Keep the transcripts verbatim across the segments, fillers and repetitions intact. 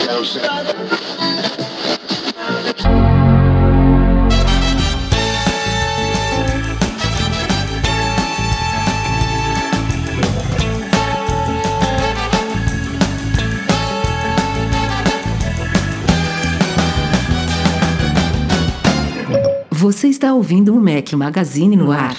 Você está ouvindo o Mac Magazine no ar.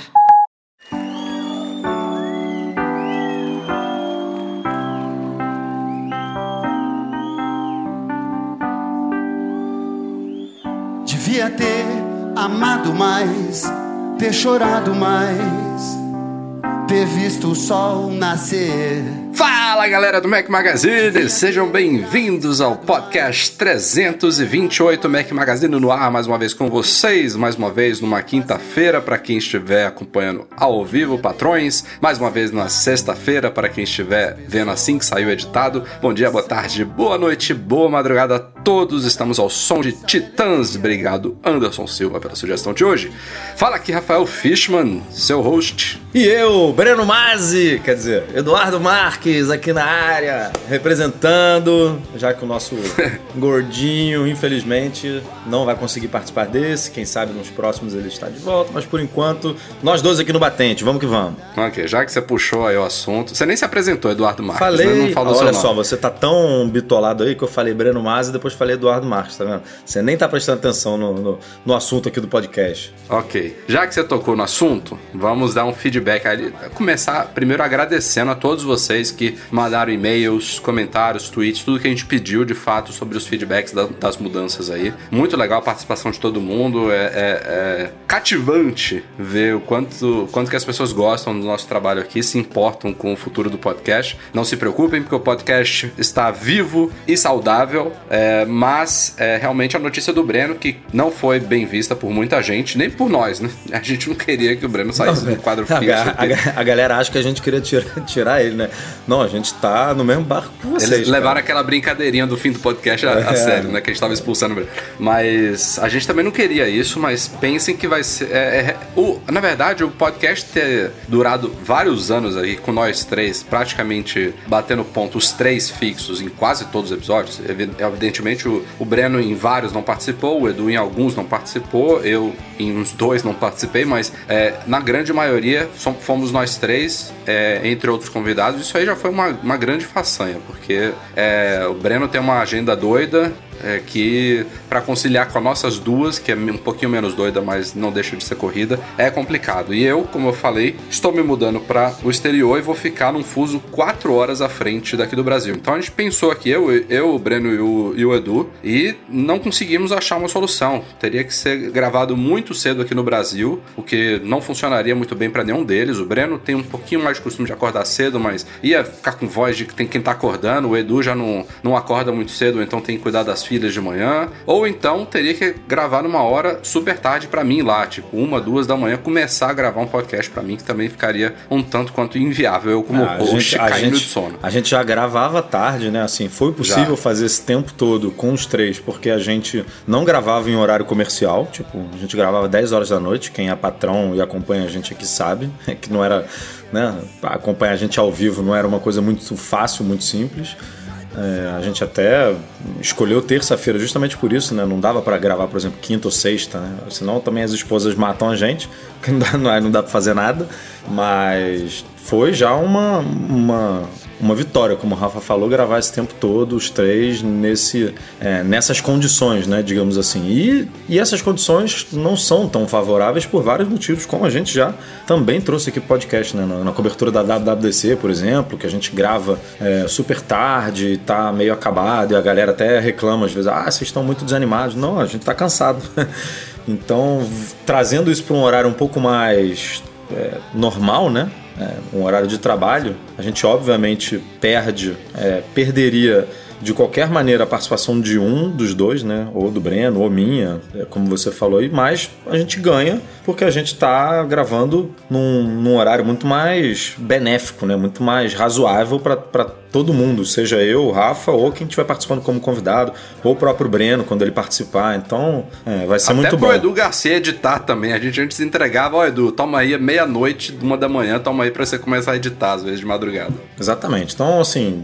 Devia ter amado mais, ter chorado mais, ter visto o sol nascer. Fala, galera do Mac Magazine, sejam bem-vindos ao podcast trezentos e vinte e oito Mac Magazine no ar, mais uma vez com vocês, mais uma vez numa quinta-feira para quem estiver acompanhando ao vivo, patrões, mais uma vez na sexta-feira para quem estiver vendo assim que saiu editado. Bom dia, boa tarde, boa noite, boa madrugada a todos, estamos ao som de Titãs. Obrigado, Anderson Silva, pela sugestão de hoje. Fala aqui, Rafael Fishman, seu host. E eu, Breno Mazzi, quer dizer, Eduardo Marques, aqui na área, representando, já que o nosso gordinho, infelizmente, não vai conseguir participar desse. Quem sabe nos próximos ele está de volta, mas por enquanto, nós dois aqui no Batente, vamos que vamos. Ok, já que você puxou aí o assunto, você nem se apresentou, Eduardo Marques, falei, né? Não falou olha seu só, nome. Você tá tão bitolado aí que eu falei Breno Mazzi e depois falei Eduardo Marques, tá vendo? Você nem tá prestando atenção no, no, no assunto aqui do podcast. Ok, já que você tocou no assunto, vamos dar um feedback aí, começar primeiro agradecendo a todos vocês que mandaram e-mails, comentários, tweets, tudo que a gente pediu de fato sobre os feedbacks da, das mudanças aí. Muito legal a participação de todo mundo, é, é, é cativante ver o quanto, quanto que as pessoas gostam do nosso trabalho aqui, se importam com o futuro do podcast. Não se preocupem, porque o podcast está vivo e saudável, é, mas é, realmente a notícia do Breno, que não foi bem vista por muita gente, nem por nós, né? A gente não queria que o Breno saísse não, do quadro fixo. A, a, a galera acha que a gente queria tirar, tirar ele, né? Não, a gente tá no mesmo barco que vocês. Eles levaram cara. aquela brincadeirinha do fim do podcast a, a é. sério, né? Que a gente tava expulsando o Breno. Mas a gente também não queria isso, mas pensem que vai ser... É, é, o, na verdade, o podcast ter durado vários anos aí com nós três, praticamente batendo ponto, os três fixos em quase todos os episódios. Evidentemente, o, o Breno em vários não participou, o Edu em alguns não participou, eu em uns dois não participei, mas é, na grande maioria fomos nós três, é, entre outros convidados. Isso aí já foi uma, uma grande façanha, porque é, o Breno tem uma agenda doida, é, que para conciliar com as nossas duas, que é um pouquinho menos doida, mas não deixa de ser corrida, é complicado. E eu, como eu falei, estou me mudando para o exterior e vou ficar num fuso quatro horas à frente daqui do Brasil. Então a gente pensou aqui, eu, eu o Breno e o, e o Edu, e não conseguimos achar uma solução. Teria que ser gravado muito cedo aqui no Brasil, o que não funcionaria muito bem para nenhum deles. O Breno tem um pouquinho mais de costume de acordar cedo, mas ia ficar com voz de que tem quem tá acordando. O Edu já não, não acorda muito cedo, então tem que cuidar das filhas de manhã, ou então teria que gravar numa hora super tarde pra mim lá, tipo uma, duas da manhã, começar a gravar um podcast pra mim, que também ficaria um tanto quanto inviável, eu como ah, host gente, caindo gente, de sono. A gente já gravava tarde, né, assim, foi possível já fazer esse tempo todo com os três, porque a gente não gravava em horário comercial, tipo, a gente gravava dez horas da noite, quem é patrão e acompanha a gente aqui sabe, que não era, né, acompanhar a gente ao vivo não era uma coisa muito fácil, muito simples. É, a gente até escolheu terça-feira justamente por isso, né? Não dava pra gravar, por exemplo, quinta ou sexta, né? Senão também as esposas matam a gente, porque não dá, não dá pra fazer nada. Mas foi já uma, uma, uma vitória, como o Rafa falou, gravar esse tempo todo, os três, nesse, é, nessas condições, né? Digamos assim. E, e essas condições não são tão favoráveis por vários motivos, como a gente já também trouxe aqui pro podcast, né? Na, na cobertura da W W D C, por exemplo, que a gente grava é, super tarde, tá meio acabado, e a galera até reclama às vezes, ah, vocês estão muito desanimados. Não, a gente tá cansado. Então, trazendo isso para um horário um pouco mais é, normal, né? É, um horário de trabalho, a gente obviamente perde, é, perderia de qualquer maneira a participação de um dos dois, né? Ou do Breno, ou minha, como você falou, mas a gente ganha porque a gente está gravando num, num horário muito mais benéfico, né? Muito mais razoável para todo mundo, seja eu, o Rafa, ou quem estiver participando como convidado, ou o próprio Breno, quando ele participar. Então, é, vai ser Até muito bom. Até pro Edu Garcia editar também. A gente antes entregava, ó, Edu, toma aí meia-noite, uma da manhã, toma aí para você começar a editar, às vezes de madrugada. Exatamente. Então, assim,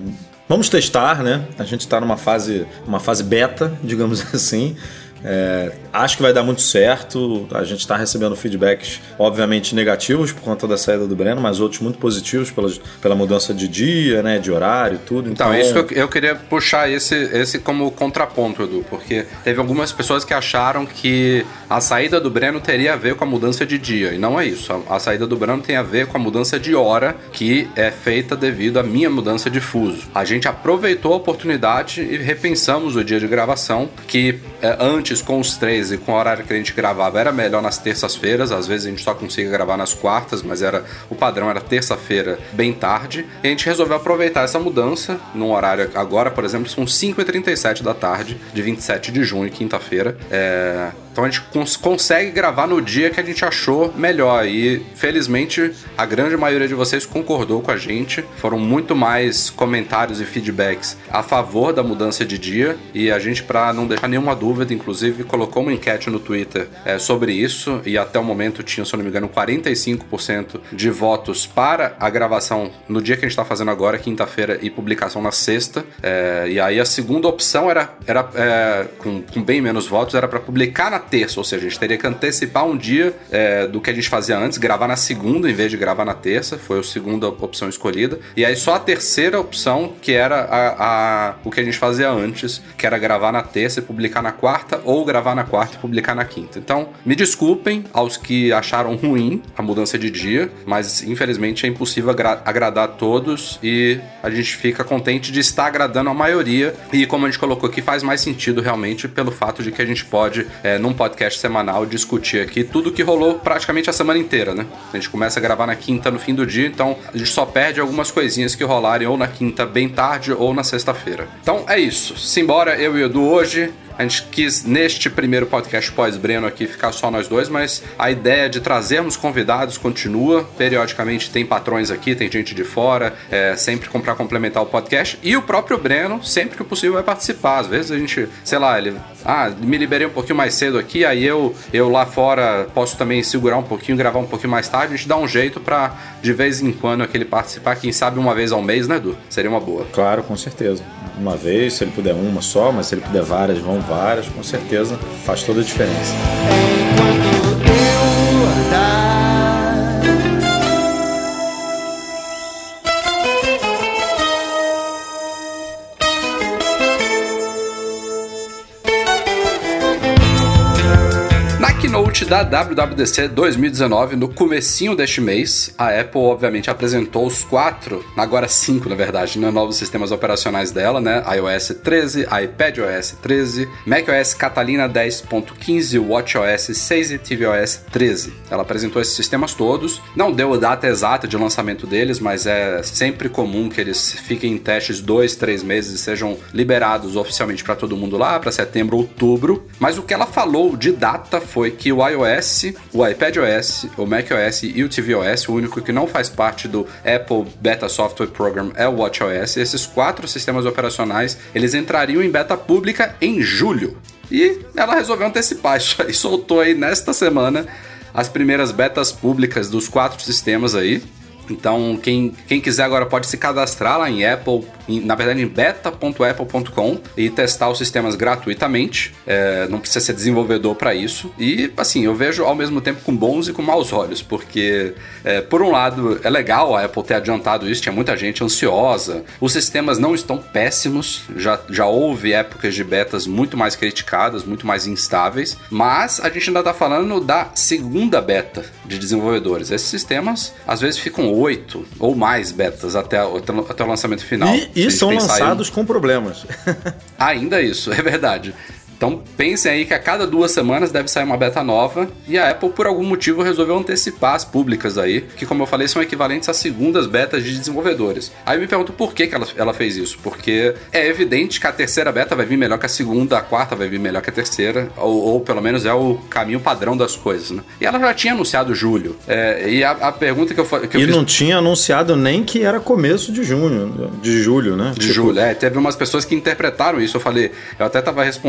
Vamos testar, né? A gente está numa fase, uma fase beta, digamos assim. É, acho que vai dar muito certo. A gente está recebendo feedbacks obviamente negativos por conta da saída do Breno, mas outros muito positivos pela, pela mudança de dia, né, de horário e tudo. Então, então isso que eu, eu queria puxar esse, esse como contraponto, Edu, porque teve algumas pessoas que acharam que a saída do Breno teria a ver com a mudança de dia, e não é isso. A, a saída do Breno tem a ver com a mudança de hora, que é feita devido à minha mudança de fuso. A gente aproveitou a oportunidade e repensamos o dia de gravação, que é, antes com os três e com o horário que a gente gravava era melhor nas terças-feiras, às vezes a gente só conseguia gravar nas quartas, mas era o padrão era terça-feira bem tarde, e a gente resolveu aproveitar essa mudança num horário agora, por exemplo, são cinco e trinta e sete da tarde de vinte e sete de junho, quinta-feira. É... Então a gente cons- consegue gravar no dia que a gente achou melhor, e felizmente a grande maioria de vocês concordou com a gente. Foram muito mais comentários e feedbacks a favor da mudança de dia, e a gente, para não deixar nenhuma dúvida, inclusive colocou uma enquete no Twitter é, sobre isso, e até o momento tinha, se eu não me engano, quarenta e cinco por cento de votos para a gravação no dia que a gente está fazendo agora, quinta-feira, e publicação na sexta. É, e aí a segunda opção era, era é, com, com bem menos votos, era para publicar na terça, ou seja, a gente teria que antecipar um dia é, do que a gente fazia antes, gravar na segunda em vez de gravar na terça. Foi a segunda opção escolhida, e aí só a terceira opção, que era a, a, o que a gente fazia antes, que era gravar na terça e publicar na quarta, ou gravar na quarta e publicar na quinta. Então, me desculpem aos que acharam ruim a mudança de dia, mas infelizmente é impossível agra- agradar a todos, e a gente fica contente de estar agradando a maioria, e como a gente colocou aqui, faz mais sentido realmente pelo fato de que a gente pode, é, num podcast semanal, discutir aqui tudo que rolou praticamente a semana inteira, né? A gente começa a gravar na quinta no fim do dia, então a gente só perde algumas coisinhas que rolarem ou na quinta bem tarde ou na sexta-feira. Então é isso, simbora eu e o Edu hoje. A gente quis, neste primeiro podcast pós-Breno aqui, ficar só nós dois, mas a ideia de trazermos convidados continua. Periodicamente tem patrões aqui, tem gente de fora, é, sempre para complementar o podcast. E o próprio Breno, sempre que possível, vai participar. Às vezes a gente, sei lá, ele... Ah, me liberei um pouquinho mais cedo aqui, aí eu, eu lá fora posso também segurar um pouquinho, gravar um pouquinho mais tarde. A gente dá um jeito para, de vez em quando, aquele participar. Quem sabe uma vez ao mês, né, Edu? Seria uma boa. Claro, com certeza. Uma vez, se ele puder uma só, mas se ele puder várias, vão várias, com certeza faz toda a diferença. Enquanto eu andar, Keynote da W W D C dois mil e dezenove, no comecinho deste mês, a Apple obviamente apresentou os quatro, agora cinco na verdade, né, novos sistemas operacionais dela, né, iOS treze, iPadOS treze, macOS Catalina dez ponto quinze, watchOS seis e tvOS treze. Ela apresentou esses sistemas todos, não deu a data exata de lançamento deles, mas é sempre comum que eles fiquem em testes dois, três meses e sejam liberados oficialmente para todo mundo lá para setembro, outubro. Mas o que ela falou de data foi que o iOS, o iPadOS, o macOS e o tvOS, o único que não faz parte do Apple Beta Software Program é o watchOS. Esses quatro sistemas operacionais, eles entrariam em beta pública em julho. E ela resolveu antecipar isso aí, soltou aí nesta semana as primeiras betas públicas dos quatro sistemas aí. Então, quem, quem quiser agora pode se cadastrar lá em Apple, em, na verdade em beta ponto apple ponto com, e testar os sistemas gratuitamente. É, não precisa ser desenvolvedor para isso. E, assim, eu vejo ao mesmo tempo com bons e com maus olhos, porque, é, por um lado, é legal a Apple ter adiantado isso, tinha muita gente ansiosa. Os sistemas não estão péssimos, já, já houve épocas de betas muito mais criticadas, muito mais instáveis, mas a gente ainda está falando da segunda beta de desenvolvedores. Esses sistemas, às vezes, ficam oito ou mais betas até, até o lançamento final. E, e são lançados em... com problemas. Ainda isso, é verdade. Então pensem aí que a cada duas semanas deve sair uma beta nova, e a Apple por algum motivo resolveu antecipar as públicas aí, que como eu falei são equivalentes às segundas betas de desenvolvedores. Aí eu me pergunto por que, que ela, ela fez isso, porque é evidente que a terceira beta vai vir melhor que a segunda, a quarta vai vir melhor que a terceira, ou, ou pelo menos é o caminho padrão das coisas, né? E ela já tinha anunciado julho, é, e a, a pergunta que eu, que eu e fiz... não tinha anunciado nem que era começo de junho, de julho, né? De tipo... julho, é, teve umas pessoas que interpretaram isso, eu falei, eu até tava respondendo alguns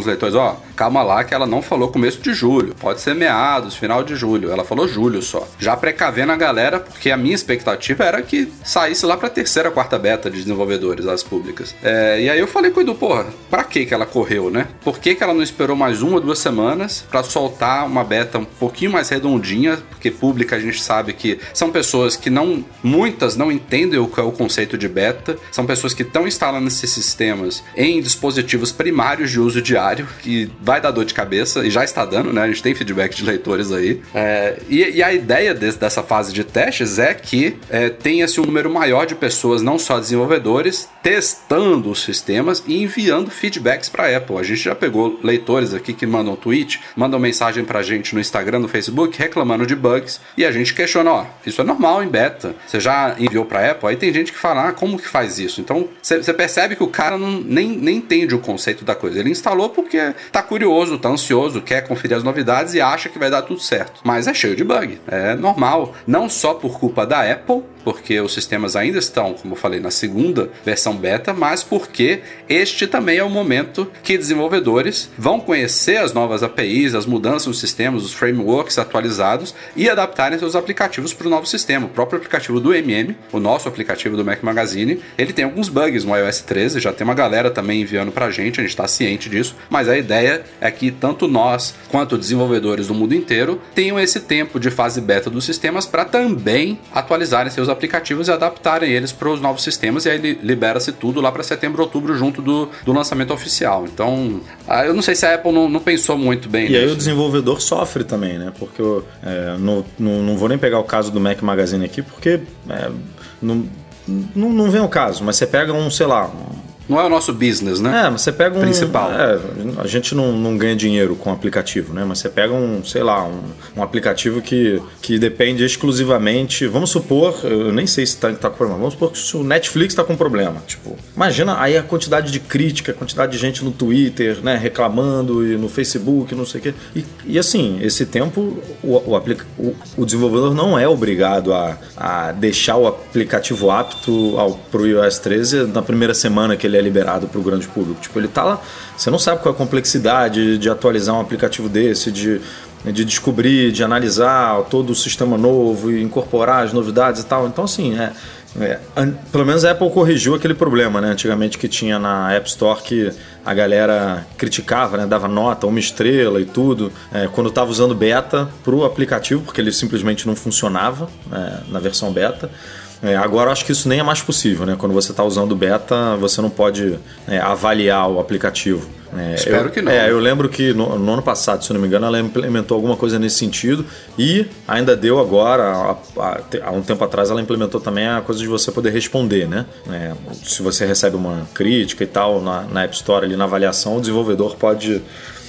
os leitores, ó, calma lá que ela não falou começo de julho, pode ser meados, final de julho, ela falou julho só. Já precavendo a galera, porque a minha expectativa era que saísse lá pra terceira, quarta beta de desenvolvedores, as públicas. É, e aí eu falei com o Edu, porra, pra que que ela correu, né? Por que que ela não esperou mais uma ou duas semanas pra soltar uma beta um pouquinho mais redondinha, porque pública a gente sabe que são pessoas que não, muitas não entendem o que é o conceito de beta, são pessoas que estão instalando esses sistemas em dispositivos primários de uso diário, que vai dar dor de cabeça, e já está dando, né? A gente tem feedback de leitores aí. É, e, e a ideia desse, dessa fase de testes é que é, tenha-se um número maior de pessoas, não só desenvolvedores, testando os sistemas e enviando feedbacks para a Apple. A gente já pegou leitores aqui que mandam tweet, mandam mensagem pra gente no Instagram, no Facebook, reclamando de bugs, e a gente questiona, ó, isso é normal em beta, você já enviou pra Apple? Aí tem gente que fala, ah, como que faz isso? Então, você percebe que o cara não, nem, nem entende o conceito da coisa. Ele instalou porque tá curioso, tá ansioso, quer conferir as novidades e acha que vai dar tudo certo. Mas é cheio de bug, é normal. Não só por culpa da Apple, porque os sistemas ainda estão, como eu falei, na segunda versão beta, mas porque este também é o momento que desenvolvedores vão conhecer as novas A P Is, as mudanças nos sistemas, os frameworks atualizados e adaptarem seus aplicativos para o novo sistema. O próprio aplicativo do M M, o nosso aplicativo do Mac Magazine, ele tem alguns bugs no iOS treze, já tem uma galera também enviando pra gente, a gente está ciente disso, mas a ideia é que tanto nós quanto desenvolvedores do mundo inteiro tenham esse tempo de fase beta dos sistemas para também atualizarem seus aplicativos e adaptarem eles para os novos sistemas, e aí libera-se tudo lá para setembro, outubro, junto do, do lançamento oficial. Então, eu não sei se a Apple não, não pensou muito bem e nisso. E aí o desenvolvedor sofre também, né? Porque eu é, não, não, não vou nem pegar o caso do Mac Magazine aqui, porque é, não, não, não vem o caso, mas você pega um, sei lá... Um, não é o nosso business, né? É, mas você pega um... Principal. É, a gente não, não ganha dinheiro com aplicativo, né? Mas você pega um, sei lá, um, um aplicativo que, que depende exclusivamente... Vamos supor, eu nem sei se tá, tá com problema, vamos supor que o Netflix tá com problema. Tipo, imagina aí a quantidade de crítica, a quantidade de gente no Twitter, né? Reclamando, e no Facebook, não sei o quê. E, e assim, esse tempo, o, o, aplica, o, o desenvolvedor não é obrigado a, a deixar o aplicativo apto ao, pro iOS treze na primeira semana que ele é liberado para o grande público. Tipo, ele tá lá, você não sabe qual é a complexidade de atualizar um aplicativo desse, de, de descobrir, de analisar todo o sistema novo e incorporar as novidades e tal. Então, assim, é, é, pelo menos a Apple corrigiu aquele problema, né? Antigamente que tinha na App Store, que a galera criticava, né? Dava nota, uma estrela e tudo, é, quando estava usando beta para o aplicativo, porque ele simplesmente não funcionava é, na versão beta. É, agora eu acho que isso nem é mais possível, né? Quando você está usando beta, você não pode é, avaliar o aplicativo. É, Espero eu, que não. É, eu lembro que no, no ano passado, se eu não me engano, ela implementou alguma coisa nesse sentido e ainda deu agora, há, há, há um tempo atrás, ela implementou também a coisa de você poder responder, né? É, se você recebe uma crítica e tal na, na App Store, ali na avaliação, o desenvolvedor pode...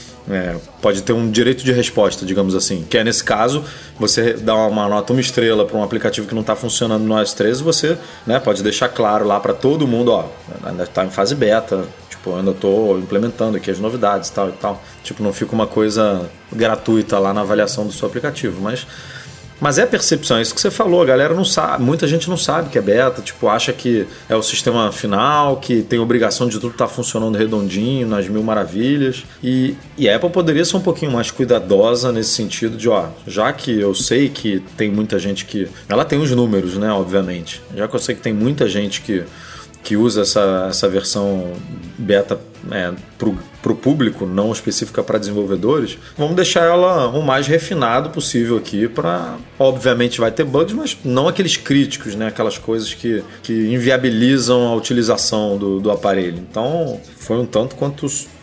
É, pode ter um direito de resposta, digamos assim, que é nesse caso, você dá uma nota, uma estrela para um aplicativo que não está funcionando no iOS treze, você, né, pode deixar claro lá para todo mundo, ó, ainda está em fase beta, tipo, eu ainda estou implementando aqui as novidades, tal e tal, tipo, não fica uma coisa gratuita lá na avaliação do seu aplicativo, mas Mas é a percepção, é isso que você falou, a galera não sabe, muita gente não sabe que é beta, tipo, acha que é o sistema final, que tem obrigação de tudo estar funcionando redondinho, nas mil maravilhas. E, e a Apple poderia ser um pouquinho mais cuidadosa nesse sentido de, ó, já que eu sei que tem muita gente que... Ela tem os números, né, obviamente. Já que eu sei que tem muita gente que, que usa essa, essa versão beta é, pro, pro público, não específica para desenvolvedores, vamos deixar ela o mais refinado possível aqui para... Obviamente vai ter bugs, mas não aqueles críticos, né? Aquelas coisas que, que inviabilizam a utilização do, do aparelho. Então, foi um tanto quanto,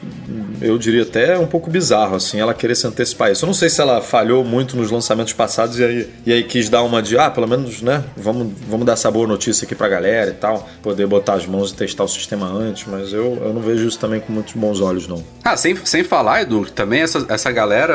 eu diria até um pouco bizarro, assim, ela querer se antecipar isso. Eu não sei se ela falhou muito nos lançamentos passados e aí, e aí quis dar uma de, ah, pelo menos, né? Vamos, vamos dar essa boa notícia aqui pra galera e tal, poder botar as mãos e testar o sistema antes, mas eu, eu não vejo isso também com muitos bons olhos, não. Ah, sem, sem falar, Edu, também essa, essa galera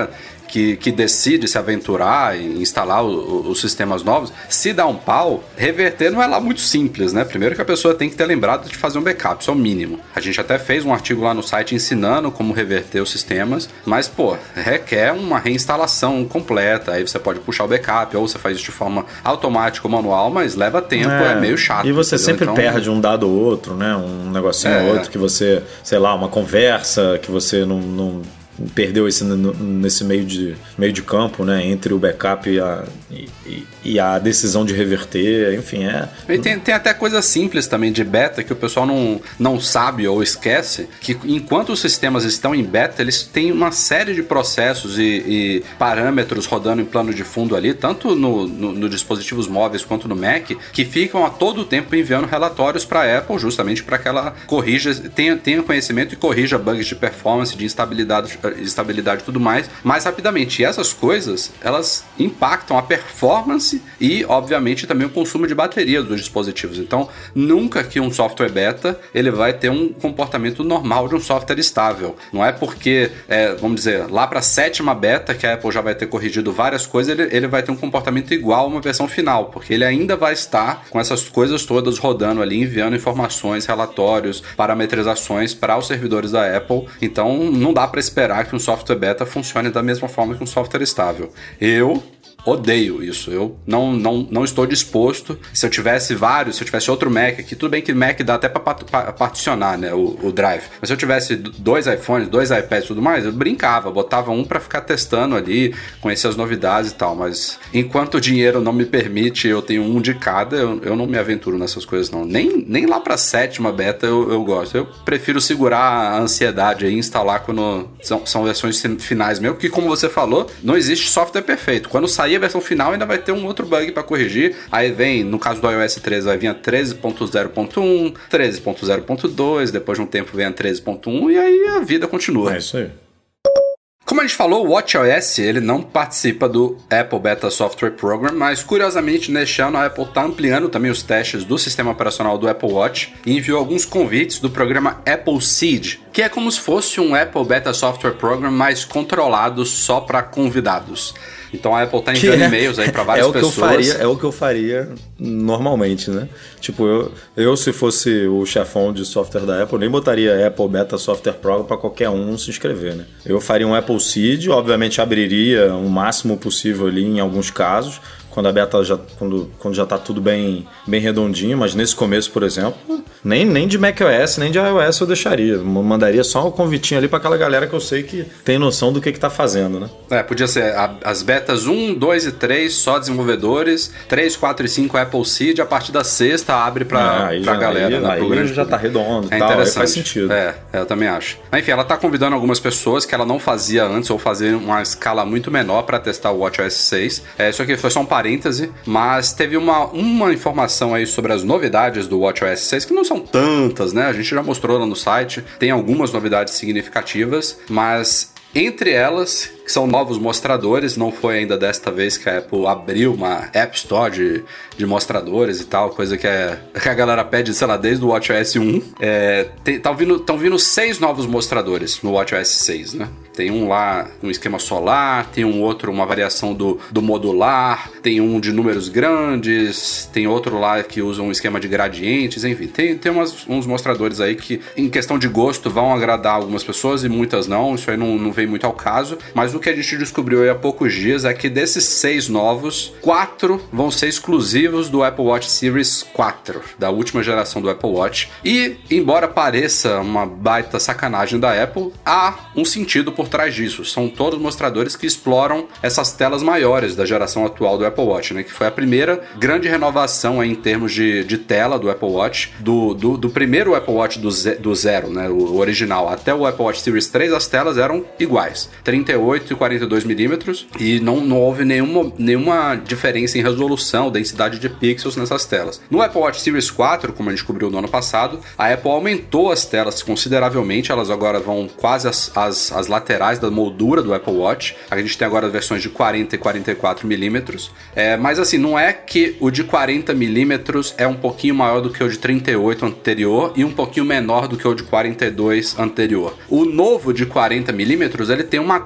que, que decide se aventurar e instalar o, o, os sistemas novos, se dá um pau, reverter não é lá muito simples, né? Primeiro que a pessoa tem que ter lembrado de fazer um backup, isso é o mínimo. A gente até fez um artigo lá no site ensinando como reverter os sistemas, mas, pô, requer uma reinstalação completa, aí você pode puxar o backup, ou você faz isso de forma automática ou manual, mas leva tempo, é, é meio chato. E você entendeu? sempre então, perde um dado ou outro, né? Um negocinho é, ou outro que você, sei lá, uma conversa que você não... não perdeu esse, nesse meio de, meio de campo, né? Entre o backup e a, e, e a decisão de reverter, enfim, é... E tem, tem até coisa simples também de beta que o pessoal não, não sabe ou esquece, que enquanto os sistemas estão em beta, eles têm uma série de processos e, e parâmetros rodando em plano de fundo ali, tanto no, no, no dispositivos móveis quanto no Mac, que ficam a todo tempo enviando relatórios para a Apple, justamente para que ela corrija, tenha, tenha conhecimento e corrija bugs de performance, de instabilidade, estabilidade e tudo mais, mais rapidamente. E essas coisas, elas impactam a performance e, obviamente, também o consumo de bateria dos dispositivos. Então, nunca que um software beta, ele vai ter um comportamento normal de um software estável. Não é porque, é, vamos dizer, lá para a sétima beta, que a Apple já vai ter corrigido várias coisas, ele, ele vai ter um comportamento igual a uma versão final, porque ele ainda vai estar com essas coisas todas rodando ali, enviando informações, relatórios, parametrizações para os servidores da Apple. Então, não dá para esperar que um software beta funcione da mesma forma que um software estável. Eu odeio isso, eu não, não, não estou disposto. Se eu tivesse vários, se eu tivesse outro Mac aqui, tudo bem que Mac dá até para particionar, né, o, o drive, mas se eu tivesse dois iPhones, dois iPads e tudo mais, eu brincava, botava um para ficar testando ali, conhecer as novidades e tal, mas enquanto o dinheiro não me permite, eu tenho um de cada, eu, eu não me aventuro nessas coisas não, nem, nem lá para a sétima beta eu, eu gosto, eu prefiro segurar a ansiedade e instalar quando são, são versões finais mesmo, porque como você falou, não existe software perfeito, quando sair a versão final ainda vai ter um outro bug para corrigir, aí vem, no caso do iOS treze vai vir a treze ponto zero ponto um, treze ponto zero ponto dois, depois de um tempo vem a treze ponto um e aí a vida continua. É isso aí. Como a gente falou, o WatchOS ele não participa do Apple Beta Software Program, mas curiosamente neste ano a Apple está ampliando também os testes do sistema operacional do Apple Watch e enviou alguns convites do programa Apple Seed, que é como se fosse um Apple Beta Software Program mais controlado só para convidados. Então a Apple está enviando é, e-mails aí para várias é o pessoas. Que eu faria, é o que eu faria normalmente, né? Tipo, eu, eu se fosse o chefão de software da Apple, nem botaria Apple Beta Software Program para qualquer um se inscrever, né? Eu faria um Apple Seed, obviamente abriria o máximo possível ali em alguns casos, quando a beta já, quando, quando já tá tudo bem, bem redondinho, mas nesse começo, por exemplo, nem, nem de macOS, nem de iOS eu deixaria. Mandaria só um convitinho ali para aquela galera que eu sei que tem noção do que que tá fazendo, né? É, podia ser a, as betas um, dois e três só desenvolvedores, três, quatro e cinco Apple Seed, a partir da sexta abre pra, ah, pra já, galera. Aí, né, aí grande já tá redondo e é tal, interessante. Aí faz sentido. É, eu também acho. Mas, enfim, ela tá convidando algumas pessoas que ela não fazia antes ou fazia uma escala muito menor para testar o WatchOS seis. É, isso aqui foi só um parêntese, mas teve uma, uma informação aí sobre as novidades do WatchOS seis, que não são tantas, né? A gente já mostrou lá no site, tem algumas novidades significativas, mas entre elas, que são novos mostradores, não foi ainda desta vez que a Apple abriu uma App Store de, de mostradores e tal, coisa que, é, que a galera pede, sei lá, desde o WatchOS um. Estão é, vindo, vindo seis novos mostradores no WatchOS seis, né? Tem um lá, um esquema solar, tem um outro, uma variação do, do modular, tem um de números grandes, tem outro lá que usa um esquema de gradientes, enfim, tem, tem umas, uns mostradores aí que, em questão de gosto, vão agradar algumas pessoas e muitas não, isso aí não, não vem muito ao caso, mas o que a gente descobriu aí há poucos dias é que desses seis novos, quatro vão ser exclusivos do Apple Watch Series quatro, da última geração do Apple Watch, e embora pareça uma baita sacanagem da Apple, há um sentido por trás disso. São todos mostradores que exploram essas telas maiores da geração atual do Apple Watch, né? Que foi a primeira grande renovação aí em termos de, de tela do Apple Watch, do, do, do primeiro Apple Watch do, ze, do zero, né? O original, até o Apple Watch Series três, as telas eram iguais, trinta e oito e quarenta e dois milímetros, e não, não houve nenhuma, nenhuma diferença em resolução, densidade de pixels nessas telas. No Apple Watch Series quatro, como a gente descobriu no ano passado, a Apple aumentou as telas consideravelmente, elas agora vão quase as, as, as laterais da moldura do Apple Watch. A gente tem agora versões de quarenta e quarenta e quatro milímetros, é, mas assim, não é que o de quarenta milímetros é um pouquinho maior do que o de trinta e oito anterior e um pouquinho menor do que o de quarenta e dois anterior. O novo de quarenta milímetros, ele tem uma tela maior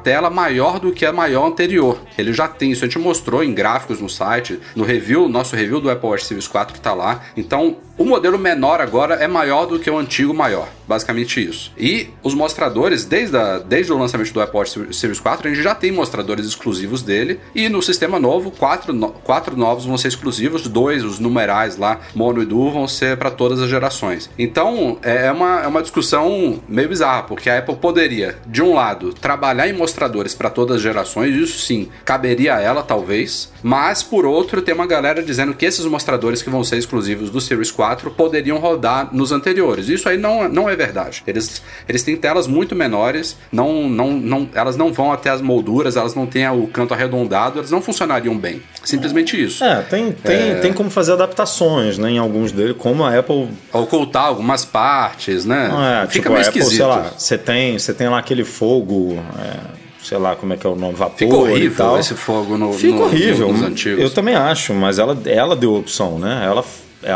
maior do que a maior anterior. Ele já tem isso, a gente mostrou em gráficos no site, no review, nosso review do Apple Watch Series quatro tá lá. Então, o modelo menor agora é maior do que o antigo maior, basicamente isso. E os mostradores, desde, a, desde o lançamento do Apple Watch Series quatro, a gente já tem mostradores exclusivos dele, e no sistema novo, quatro, no, quatro novos vão ser exclusivos, dois, os numerais lá, mono e dual, vão ser para todas as gerações. Então, é uma, é uma discussão meio bizarra, porque a Apple poderia, de um lado, trabalhar em mostradores para todas as gerações, isso sim, caberia a ela, talvez, mas, por outro, tem uma galera dizendo que esses mostradores que vão ser exclusivos do Series quatro poderiam rodar nos anteriores. Isso aí não, não é verdade. Eles, eles têm telas muito menores, não, não, não, elas não vão até as molduras, elas não têm o canto arredondado, elas não funcionariam bem. Simplesmente isso. É, tem, tem, é... tem como fazer adaptações, né, em alguns deles, como a Apple... Ocultar algumas partes, né? É, Fica tipo, meio esquisito. Apple, sei lá, você tem, você tem lá aquele fogo... É... sei lá como é que é o nome, vapor. Fica horrível e tal. Esse fogo no, Fica no, horrível. nos antigos. Eu também acho, mas ela, ela deu a opção, né? Ela,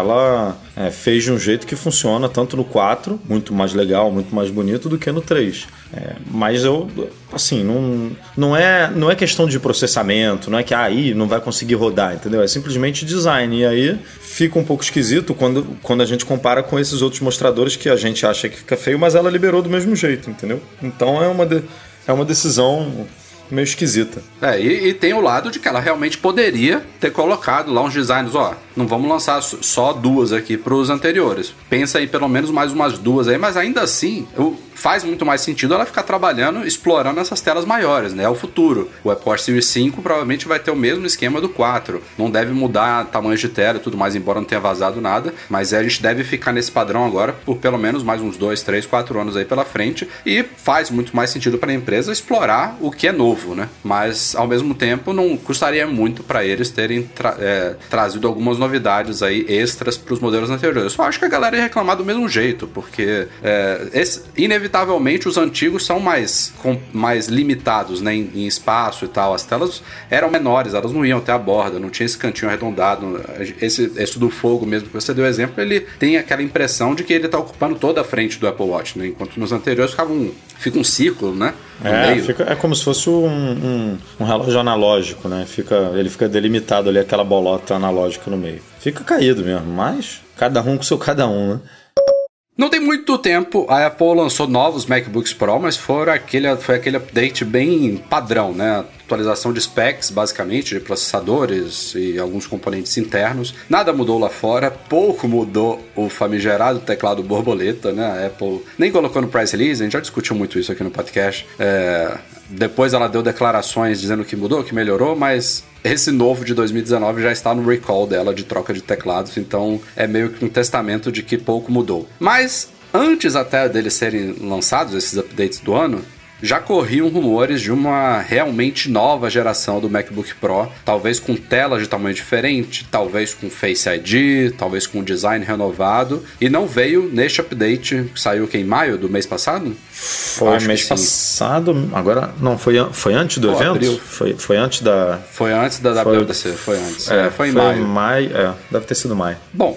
ela é, fez de um jeito que funciona tanto no quatro, muito mais legal, muito mais bonito, do que no três. É, mas eu, assim, não, não, é, não é questão de processamento, não é que aí ah, não vai conseguir rodar, entendeu? É simplesmente design. E aí fica um pouco esquisito quando, quando a gente compara com esses outros mostradores que a gente acha que fica feio, mas ela liberou do mesmo jeito, entendeu? Então é uma... De, É uma decisão meio esquisita. É, e, e tem o lado de que ela realmente poderia ter colocado lá uns designs, ó, não vamos lançar só duas aqui para os anteriores. Pensa em pelo menos mais umas duas aí, mas ainda assim, eu, faz muito mais sentido ela ficar trabalhando, explorando essas telas maiores, né? É o futuro. O Apple Watch Series cinco provavelmente vai ter o mesmo esquema do quatro. Não deve mudar tamanho de tela e tudo mais, embora não tenha vazado nada, mas a gente deve ficar nesse padrão agora por pelo menos mais uns dois, três, quatro anos aí pela frente, e faz muito mais sentido para a empresa explorar o que é novo, né? Mas ao mesmo tempo não custaria muito para eles terem tra- é, trazido algumas novidades aí extras para os modelos anteriores. Eu só acho que a galera ia reclamar do mesmo jeito, porque é, esse, inevitavelmente os antigos são mais, com, mais limitados, né, em, em espaço e tal. As telas eram menores, elas não iam até a borda, não tinha esse cantinho arredondado. Esse, esse do fogo mesmo que você deu exemplo, ele tem aquela impressão de que ele está ocupando toda a frente do Apple Watch, né? Enquanto nos anteriores ficava um, fica um círculo, né? É, fica, é como se fosse um, um, um relógio analógico, né? Fica, ele fica delimitado ali, aquela bolota analógica no meio. Fica caído mesmo, mas cada um com seu cada um, né? Não tem muito tempo, a Apple lançou novos MacBooks Pro, mas foi aquele, foi aquele update bem padrão, né? Atualização de specs, basicamente, de processadores e alguns componentes internos. Nada mudou lá fora, pouco mudou o famigerado teclado borboleta, né? A Apple nem colocou no press release, a gente já discutiu muito isso aqui no podcast. É... Depois ela deu declarações dizendo que mudou, que melhorou, mas esse novo de dois mil e dezenove já está no recall dela de troca de teclados, então é meio que um testamento de que pouco mudou. Mas antes até deles serem lançados, esses updates do ano, já corriam rumores de uma realmente nova geração do MacBook Pro, talvez com telas de tamanho diferente, talvez com Face I D, talvez com design renovado, e não veio neste update que saiu aqui em maio do mês passado? Foi mês passado, agora não, foi, foi antes do Pô, evento? Foi, foi antes da... Foi antes da W W D C, foi antes. É, é, foi em foi maio. maio. É, deve ter sido maio. Bom,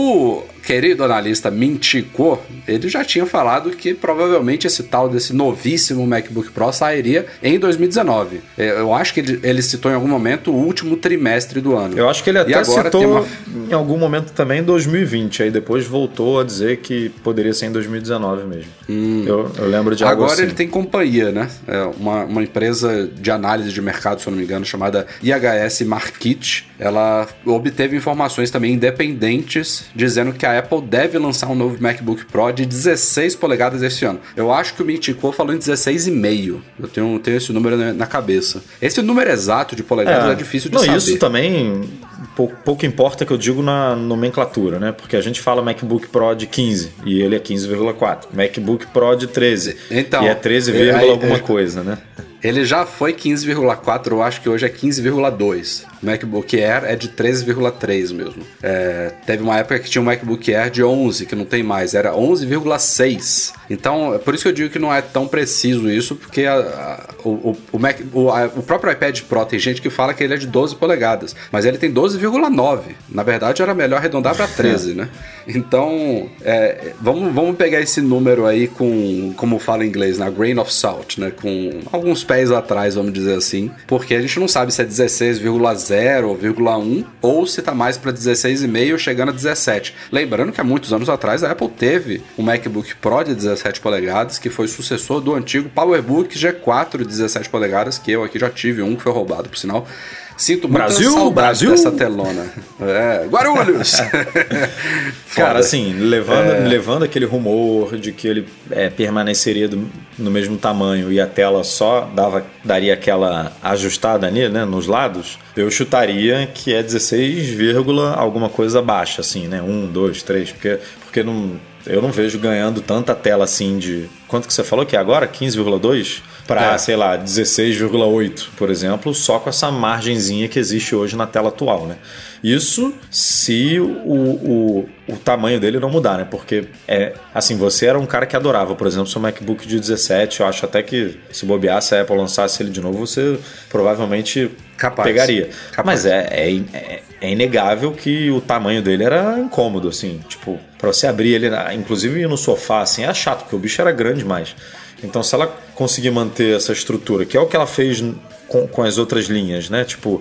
o querido analista Mintico, ele já tinha falado que provavelmente esse tal desse novíssimo MacBook Pro sairia em dois mil e dezenove. Eu acho que ele, ele citou em algum momento o último trimestre do ano. Eu acho que ele até citou uma... em algum momento também em dois mil e vinte, aí depois voltou a dizer que poderia ser em dois mil e dezenove mesmo. Hum. Eu, eu lembro de algo Agora assim. Ele tem companhia, né? É uma, uma empresa de análise de mercado, se eu não me engano, chamada I H S Markit. Ela obteve informações também independentes dizendo que a Apple deve lançar um novo MacBook Pro de dezesseis polegadas esse ano. Eu acho que o Mintico falou em dezesseis vírgula cinco. Eu tenho, tenho esse número na cabeça. Esse número exato de polegadas é, é difícil de não, saber. Isso também pouco, pouco importa, que eu digo na nomenclatura, né? Porque a gente fala MacBook Pro de quinze e ele é quinze vírgula quatro. MacBook Pro de treze então, e é treze, é, alguma é, coisa, né? Ele já foi quinze vírgula quatro, eu acho que hoje é quinze vírgula dois. O MacBook Air é de treze vírgula três mesmo. É, teve uma época que tinha um MacBook Air de onze, que não tem mais, era onze vírgula seis. Então, é por isso que eu digo que não é tão preciso isso, porque a, a, o, o, Mac, o, a, o próprio iPad Pro tem gente que fala que ele é de doze polegadas, mas ele tem doze vírgula nove. Na verdade, era melhor arredondar para treze, né? Então, é, vamos, vamos pegar esse número aí com, como fala em inglês, na grain of salt, né? Com alguns pés atrás, vamos dizer assim, porque a gente não sabe se é dezesseis vírgula zero ou vírgula um ou se tá mais para dezesseis vírgula cinco chegando a dezessete. Lembrando que há muitos anos atrás a Apple teve um MacBook Pro de dezessete polegadas, que foi sucessor do antigo PowerBook G quatro de dezessete polegadas, que eu aqui já tive um, que foi roubado, por sinal. Sinto muita Brasil, saudade Brasil. dessa telona. É, Guarulhos! Cara, assim, levando, É. levando aquele rumor de que ele é, permaneceria do- no mesmo tamanho e a tela só dava, daria aquela ajustada ali, né, nos lados, eu chutaria que é dezesseis, vírgula alguma coisa baixa, assim, né? um, dois, três, porque, porque não, eu não vejo ganhando tanta tela assim de... Quanto que você falou que é agora? quinze vírgula dois? Para, É. sei lá, dezesseis vírgula oito, por exemplo, só com essa margenzinha que existe hoje na tela atual, né? Isso se o, o, o tamanho dele não mudar, né? Porque, é assim, você era um cara que adorava, por exemplo, seu MacBook de dezessete, eu acho até que se bobeasse a Apple lançasse ele de novo, você provavelmente Capaz. pegaria. Capaz. Mas é, é, é, é inegável que o tamanho dele era incômodo, assim, tipo, pra você abrir ele, na- inclusive no sofá, assim, é chato, porque o bicho era grande demais. Então, se ela conseguir manter essa estrutura, que é o que ela fez com, com as outras linhas, né? Tipo,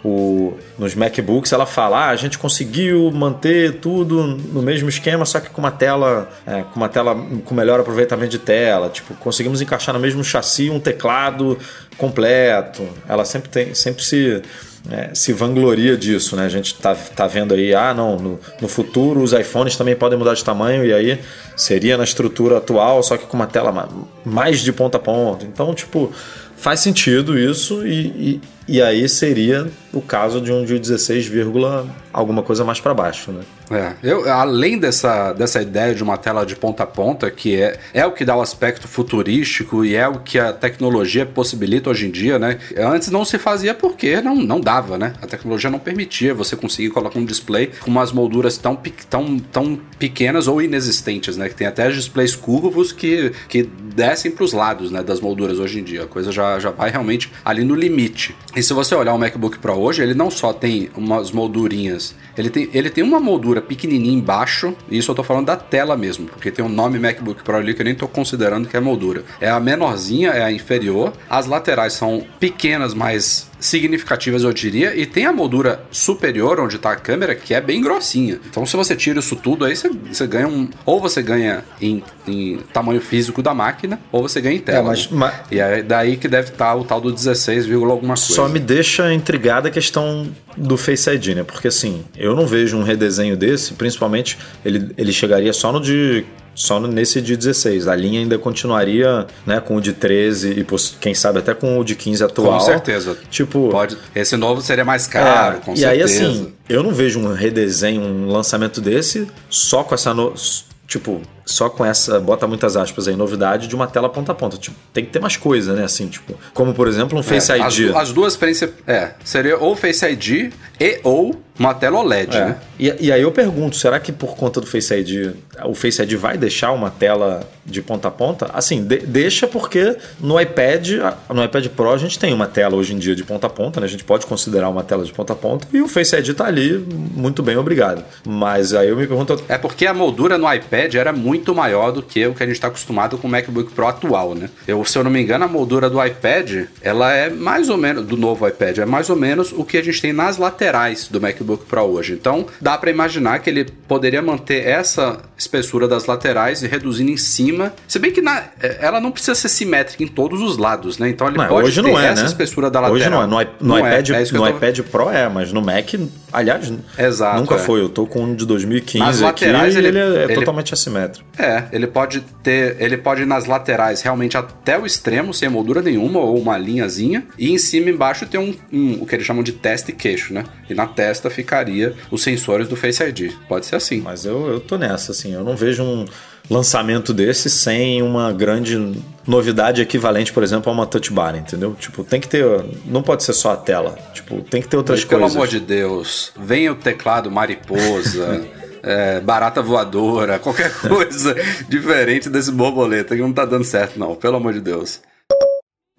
o, nos MacBooks ela fala, ah, a gente conseguiu manter tudo no mesmo esquema, só que com uma tela, é, com uma tela com melhor aproveitamento de tela. Tipo, conseguimos encaixar no mesmo chassi um teclado completo. Ela sempre tem, sempre se É, se vangloria disso, né? A gente tá, tá vendo aí, ah, não, no, no futuro os iPhones também podem mudar de tamanho e aí seria na estrutura atual, só que com uma tela ma- mais de ponta a ponta. Então, tipo, faz sentido isso e, e, e aí seria o caso de um de dezesseis, alguma coisa mais para baixo, né? É, eu, além dessa, dessa ideia de uma tela de ponta a ponta, que é, é o que dá o aspecto futurístico e é o que a tecnologia possibilita hoje em dia, né? Antes não se fazia porque não, não dava, né? A tecnologia não permitia você conseguir colocar um display com umas molduras tão, pe- tão, tão pequenas ou inexistentes, né? Que tem até displays curvos que, que descem para os lados, né, das molduras hoje em dia. A coisa já, já vai realmente ali no limite. E se você olhar o MacBook Pro hoje, ele não só tem umas moldurinhas, ele tem, ele tem uma moldura pequenininha embaixo, e isso eu tô falando da tela mesmo, porque tem um nome MacBook Pro ali que eu nem tô considerando que é moldura. É a menorzinha, é a inferior, as laterais são pequenas, mas significativas, eu diria, e tem a moldura superior, onde tá a câmera, que é bem grossinha. Então, se você tira isso tudo, aí você, você ganha um... Ou você ganha em, em tamanho físico da máquina, ou você ganha em tela. É, mas- né? mas- E é daí que deve estar o tal do dezesseis, alguma coisa. Só me deixa intrigada a questão do Face I D, né? Porque assim, eu não vejo um redesenho desse, principalmente ele, ele chegaria só no de só no- nesse de dezesseis. A linha ainda continuaria, né, com o de treze e poss- quem sabe até com o de quinze atual. Com certeza. Tipo, Pode. Esse novo seria mais caro, é, com e certeza. aí assim, eu não vejo um redesenho, um lançamento desse só com essa no... tipo, só com essa, bota muitas aspas aí, novidade de uma tela ponta a ponta. Tipo, tem que ter mais coisa, né? Assim, tipo, como por exemplo um Face É, I D. As, as duas principais. É, seria ou Face I D e ou uma tela O L E D, É. né? E, e aí eu pergunto, será que por conta do Face I D, o Face I D vai deixar uma tela de ponta a ponta? Assim, de- deixa porque no iPad, no iPad Pro a gente tem uma tela hoje em dia de ponta a ponta, né? A gente pode considerar uma tela de ponta a ponta e o Face I D tá ali, muito bem, obrigado. Mas aí eu me pergunto... É porque a moldura no iPad era muito maior do que o que a gente está acostumado com o MacBook Pro atual, né? Eu, se eu não me engano, a moldura do iPad, ela é mais ou menos, do novo iPad, é mais ou menos o que a gente tem nas laterais do MacBook Pro hoje. Então, dá para imaginar que ele poderia manter essa espessura das laterais e reduzindo em cima. Se bem que na, ela não precisa ser simétrica em todos os lados, né? Então ele Não, pode hoje ter não é, essa né? espessura da lateral. Hoje não é. No, i- no Não é, iPad, é isso que no eu tô- iPad Pro é, mas no Mac, aliás, Exato, nunca é. foi. Eu tô com um de dois mil e quinze Nas aqui laterais, e ele- ele, é ele- totalmente assimétrico. É, ele pode ter, ele pode ir nas laterais realmente até o extremo, sem moldura nenhuma, ou uma linhazinha, e em cima e embaixo tem um, um- o que eles chamam de testa e queixo, né? E na testa ficaria os sensores do Face I D. Pode ser assim. Mas eu, eu tô nessa, assim, eu não vejo um lançamento desse sem uma grande novidade equivalente, por exemplo, a uma touch bar, entendeu? Tipo, tem que ter, não pode ser só a tela, tipo, tem que ter outras Mas, pelo coisas. amor de Deus, venha o teclado mariposa, é, barata voadora, qualquer coisa diferente desse borboleta que não tá dando certo, não, pelo amor de Deus.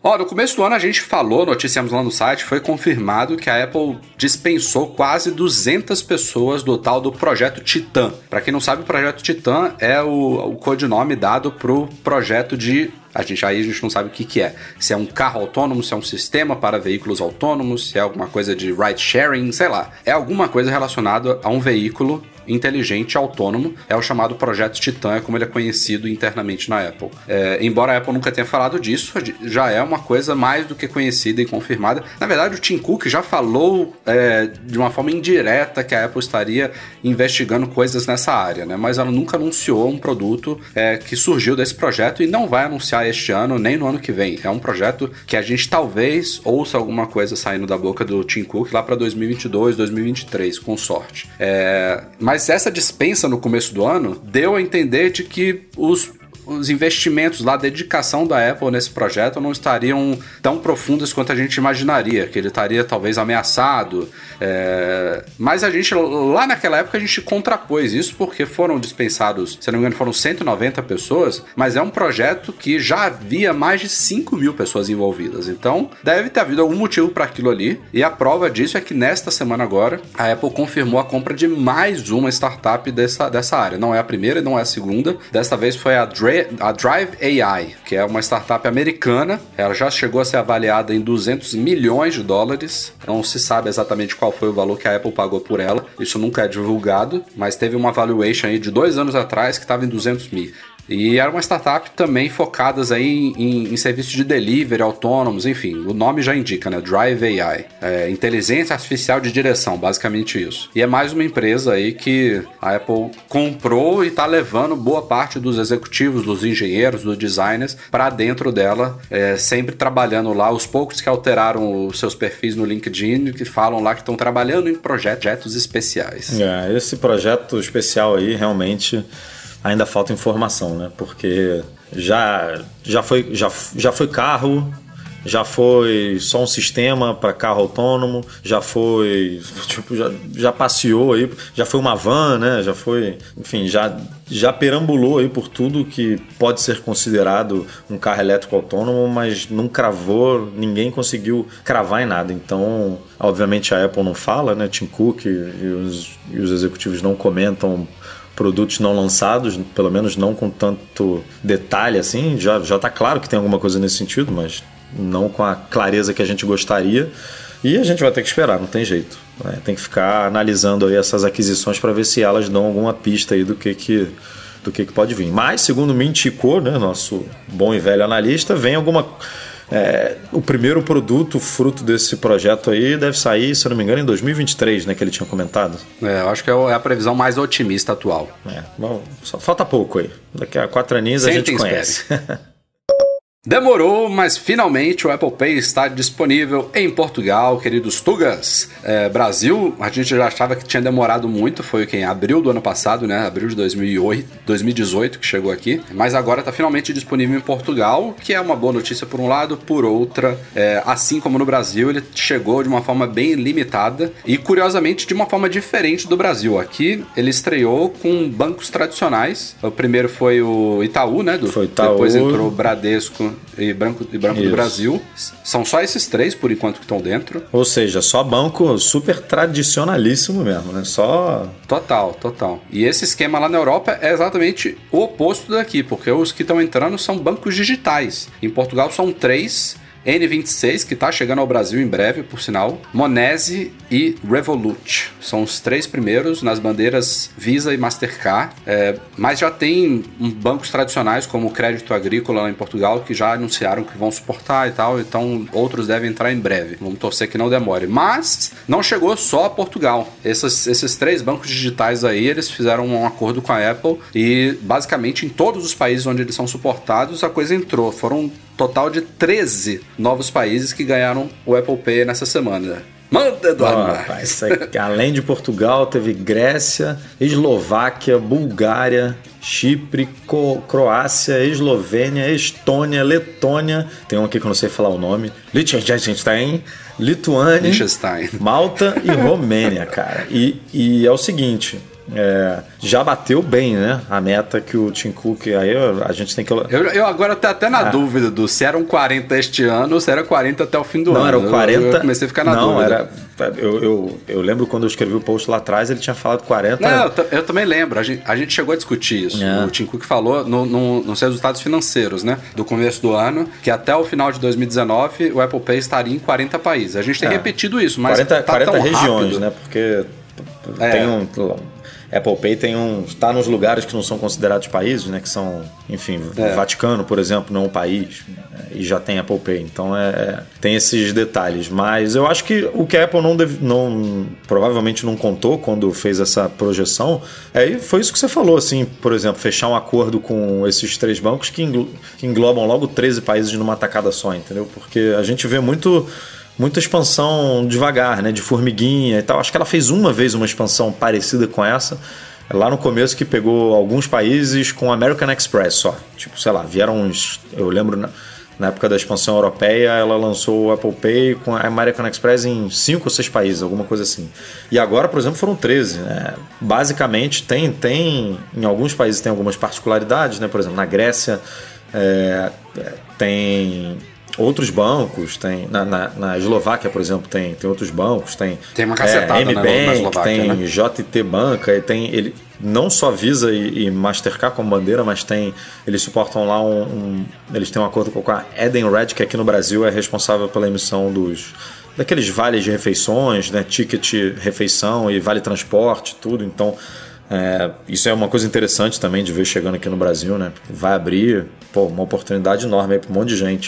Ó, no começo do ano a gente falou, noticiamos lá no site, foi confirmado que a Apple dispensou quase duzentas pessoas do tal do Projeto Titan. Pra quem não sabe, o Projeto Titan é o, o codinome dado pro projeto de... A gente, aí a gente não sabe o que, que é. Se é um carro autônomo, se é um sistema para veículos autônomos, se é alguma coisa de ride sharing, sei lá. É alguma coisa relacionada a um veículo inteligente autônomo. É o chamado Projeto Titan, é como ele é conhecido internamente na Apple. É, embora a Apple nunca tenha falado disso, já é uma coisa mais do que conhecida e confirmada. Na verdade, o Tim Cook já falou é, de uma forma indireta que a Apple estaria investigando coisas nessa área, né? Mas ela nunca anunciou um produto é, que surgiu desse projeto e não vai anunciar este ano, nem no ano que vem. É um projeto que a gente talvez ouça alguma coisa saindo da boca do Tim Cook lá para dois mil e vinte e dois, dois mil e vinte e três, com sorte. É, mas essa dispensa no começo do ano deu a entender de que os os investimentos lá, a dedicação da Apple nesse projeto não estariam tão profundas quanto a gente imaginaria, que ele estaria talvez ameaçado. É... Mas a gente, lá naquela época, a gente contrapôs isso porque foram dispensados, se não me engano, foram cento e noventa pessoas, mas é um projeto que já havia mais de cinco mil pessoas envolvidas. Então, deve ter havido algum motivo para aquilo ali. E a prova disso é que nesta semana agora, a Apple confirmou a compra de mais uma startup dessa, dessa área. Não é a primeira e não é a segunda. Desta vez foi a Dre a Drive A I, que é uma startup americana. Ela já chegou a ser avaliada em duzentos milhões de dólares. Não se sabe exatamente qual foi o valor que a Apple pagou por ela. Isso nunca é divulgado, mas teve uma valuation aí de dois anos atrás que estava em duzentos mil. E era uma startup também focadas aí em, em, em serviços de delivery autônomos, enfim, o nome já indica, né? Drive A I, é, inteligência artificial de direção, basicamente isso. E é mais uma empresa aí que a Apple comprou e está levando boa parte dos executivos, dos engenheiros, dos designers para dentro dela, é, sempre trabalhando lá. Os poucos que alteraram os seus perfis no LinkedIn, que falam lá que estão trabalhando em projetos especiais. É, esse projeto especial aí realmente ainda falta informação, né? Porque já, já, foi, já, já foi carro, já foi só um sistema para carro autônomo, já foi, tipo, já, já passeou aí, já foi uma van, né? Já foi, enfim, já, já perambulou aí por tudo que pode ser considerado um carro elétrico autônomo, mas não cravou, ninguém conseguiu cravar em nada. Então, obviamente a Apple não fala, né? Tim Cook e os, e os executivos não comentam produtos não lançados, pelo menos não com tanto detalhe assim. Já, já tá claro que tem alguma coisa nesse sentido, mas não com a clareza que a gente gostaria. E a gente vai ter que esperar, não tem jeito, né? Tem que ficar analisando aí essas aquisições para ver se elas dão alguma pista aí do que que, do que, que pode vir. Mas, segundo o Mintico, né, nosso bom e velho analista, vem alguma... É, o primeiro produto, fruto desse projeto aí, deve sair, se eu não me engano, em dois mil e vinte e três, né, que ele tinha comentado. É, eu acho que é a previsão mais otimista atual. É, bom, só falta pouco aí. Daqui a quatro aninhos a gente conhece. Demorou, mas finalmente o Apple Pay está disponível em Portugal, queridos Tugas. É, Brasil, a gente já achava que tinha demorado muito, foi em abril do ano passado, né? Abril de dois mil e oito, dois mil e dezoito que chegou aqui. Mas agora está finalmente disponível em Portugal, que é uma boa notícia por um lado, por outra, é, assim como no Brasil, ele chegou de uma forma bem limitada e, curiosamente, de uma forma diferente do Brasil. Aqui ele estreou com bancos tradicionais. O primeiro foi o Itaú, né? Do, foi Itaú. Depois entrou o Bradesco e Banco, e Banco do Brasil. São só esses três, por enquanto, que estão dentro. Ou seja, só banco super tradicionalíssimo mesmo, né? Só... Total, total. E esse esquema lá na Europa é exatamente o oposto daqui, porque os que estão entrando são bancos digitais. Em Portugal são três... N vinte e seis, que está chegando ao Brasil em breve, por sinal, Monese e Revolut. São os três primeiros nas bandeiras Visa e Mastercard. É, mas já tem bancos tradicionais, como o Crédito Agrícola lá em Portugal, que já anunciaram que vão suportar e tal, então outros devem entrar em breve. Vamos torcer que não demore. Mas não chegou só a Portugal. Esses, esses três bancos digitais aí, eles fizeram um acordo com a Apple e, basicamente, em todos os países onde eles são suportados, a coisa entrou. Foram total de treze novos países que ganharam o Apple Pay nessa semana. Manda, Eduardo oh, Marques. Além de Portugal, teve Grécia, Eslováquia, Bulgária, Chipre, Co- Croácia, Eslovênia, Estônia, Letônia, tem um aqui que eu não sei falar o nome, Liechtenstein, Lituânia, Liechtenstein. Malta e Romênia, cara. E, e é o seguinte... É, já bateu bem, né? A meta que o Tim Cook... Aí a gente tem que... Eu, eu agora tô até na ah. dúvida do se eram quarenta este ano ou se era quarenta até o fim do não, ano. Não, eram quarenta... Eu, eu comecei a ficar na não, dúvida. Era, eu, eu, eu lembro quando eu escrevi o post lá atrás, ele tinha falado quarenta... Não, eu, eu também lembro. A gente, a gente chegou a discutir isso. É. O Tim Cook falou no, no, nos resultados financeiros, né? Do começo do ano, que até o final de dois mil e dezenove o Apple Pay estaria em quarenta países. A gente tem é. repetido isso, mas quarenta, tá quarenta tão regiões, rápido. Né? Porque é. tem um... Apple Pay tem um, está nos lugares que não são considerados países, né? Que são, enfim, é. o Vaticano, por exemplo, não é um país, e já tem Apple Pay. Então é, é, tem esses detalhes. Mas eu acho que o que a Apple não, deve, não provavelmente não contou quando fez essa projeção, é, foi isso que você falou, assim, por exemplo, fechar um acordo com esses três bancos que, englo, que englobam logo treze países numa tacada só, entendeu? Porque a gente vê muito... muita expansão devagar, né, de formiguinha e tal. Acho que ela fez uma vez uma expansão parecida com essa, lá no começo, que pegou alguns países com American Express só. Tipo, sei lá, vieram uns... Eu lembro, na, na época da expansão europeia, ela lançou o Apple Pay com a American Express em cinco ou seis países, alguma coisa assim. E agora, por exemplo, foram treze. Né? Basicamente, tem, tem... Em alguns países tem algumas particularidades, né? Por exemplo, na Grécia é, tem... outros bancos, tem na, na, na Eslováquia, por exemplo, tem, tem outros bancos, tem, tem uma cacetada, é, né, M-Bank, na Eslováquia, tem né? J T Banca, e tem ele não só Visa e, e Mastercard como bandeira, mas tem eles suportam lá um, um eles têm um acordo com a Edenred, que aqui no Brasil é responsável pela emissão dos daqueles vales de refeições, né, ticket refeição e vale transporte, tudo. Então é, isso é uma coisa interessante também de ver chegando aqui no Brasil, né? Vai abrir, pô, uma oportunidade enorme para um monte de gente.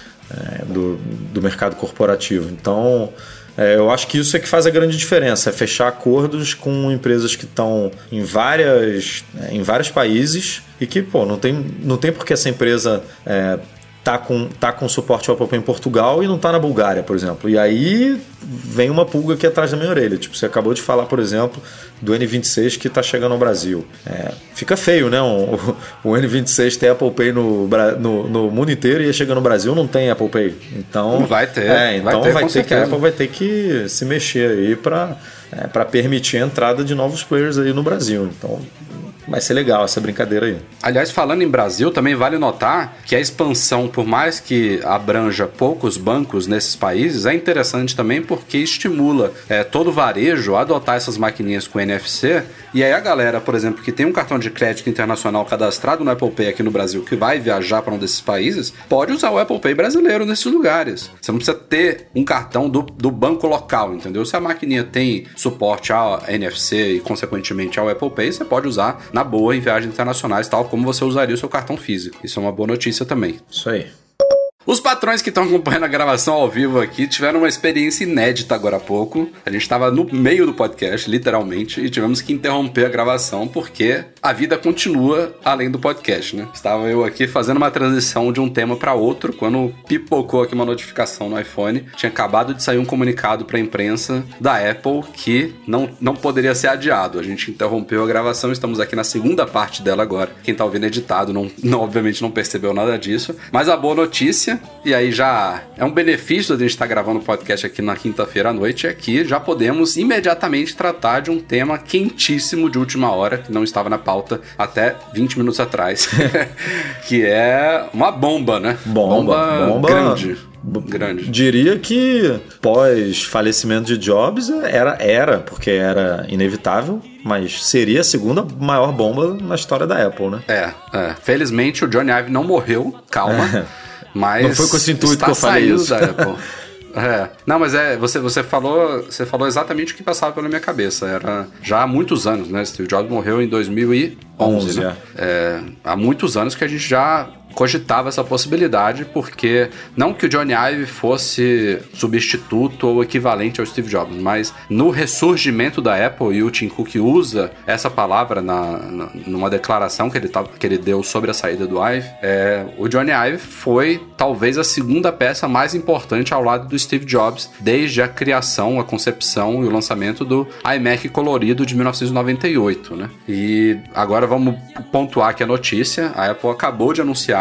É, do, do mercado corporativo. Então, é, eu acho que isso é que faz a grande diferença, é fechar acordos com empresas que estão em, várias, em vários países e que, pô, não tem, não tem por que essa empresa é, tá com, tá com suporte ao Apple Pay em Portugal e não tá na Bulgária, por exemplo. E aí vem uma pulga aqui atrás da minha orelha. Tipo, você acabou de falar, por exemplo, do N vinte e seis que está chegando ao Brasil. É, fica feio, né? O, o N vinte e seis tem Apple Pay no, no, no mundo inteiro e chega no Brasil não tem Apple Pay. Então não vai ter. É, então vai ter, vai ter que, a Apple vai ter que se mexer aí para é, para permitir a entrada de novos players aí no Brasil. Então vai ser legal essa brincadeira aí. Aliás, falando em Brasil, também vale notar que a expansão, por mais que abranja poucos bancos nesses países, é interessante também porque estimula é, todo o varejo a adotar essas maquininhas com N F C. E aí a galera, por exemplo, que tem um cartão de crédito internacional cadastrado no Apple Pay aqui no Brasil, que vai viajar para um desses países, pode usar o Apple Pay brasileiro nesses lugares. Você não precisa ter um cartão do, do banco local, entendeu? Se a maquininha tem suporte ao N F C e, consequentemente, ao Apple Pay, você pode usar na boa em viagens internacionais, tal como você usaria o seu cartão físico. Isso é uma boa notícia também. Isso aí. Os patrões que estão acompanhando a gravação ao vivo aqui tiveram uma experiência inédita agora há pouco. A gente estava no meio do podcast, literalmente, e tivemos que interromper a gravação porque a vida continua além do podcast, né? Estava eu aqui fazendo uma transição de um tema para outro quando pipocou aqui uma notificação no iPhone. Tinha acabado de sair um comunicado para a imprensa da Apple que não, não poderia ser adiado. A gente interrompeu a gravação, estamos aqui na segunda parte dela agora. Quem está ouvindo editado, não, não, obviamente, não percebeu nada disso. Mas a boa notícia... E aí já é um benefício de a gente estar gravando o podcast aqui na quinta-feira à noite, é que já podemos imediatamente tratar de um tema quentíssimo de última hora, que não estava na pauta até vinte minutos atrás, que é uma bomba, né? Bomba, bomba, bomba grande. Grande. Diria que pós falecimento de Jobs era, era, porque era inevitável, mas seria a segunda maior bomba na história da Apple, né? É, é. Felizmente o Johnny Ive não morreu, calma. É. Mas não foi com esse intuito que eu falei isso. Da Apple. É. Não, mas é, você, você, falou, você falou exatamente o que passava pela minha cabeça. Era já há muitos anos, né? Steve Jobs morreu em dois mil e onze, né? É. É, há muitos anos que a gente já cogitava essa possibilidade, porque não que o Johnny Ive fosse substituto ou equivalente ao Steve Jobs, mas no ressurgimento da Apple, e o Tim Cook usa essa palavra na, na, numa declaração que ele, tá, que ele deu sobre a saída do Ive, é, o Johnny Ive foi talvez a segunda peça mais importante ao lado do Steve Jobs, desde a criação, a concepção e o lançamento do iMac colorido de mil novecentos e noventa e oito, né? E agora vamos pontuar aqui a notícia. A Apple acabou de anunciar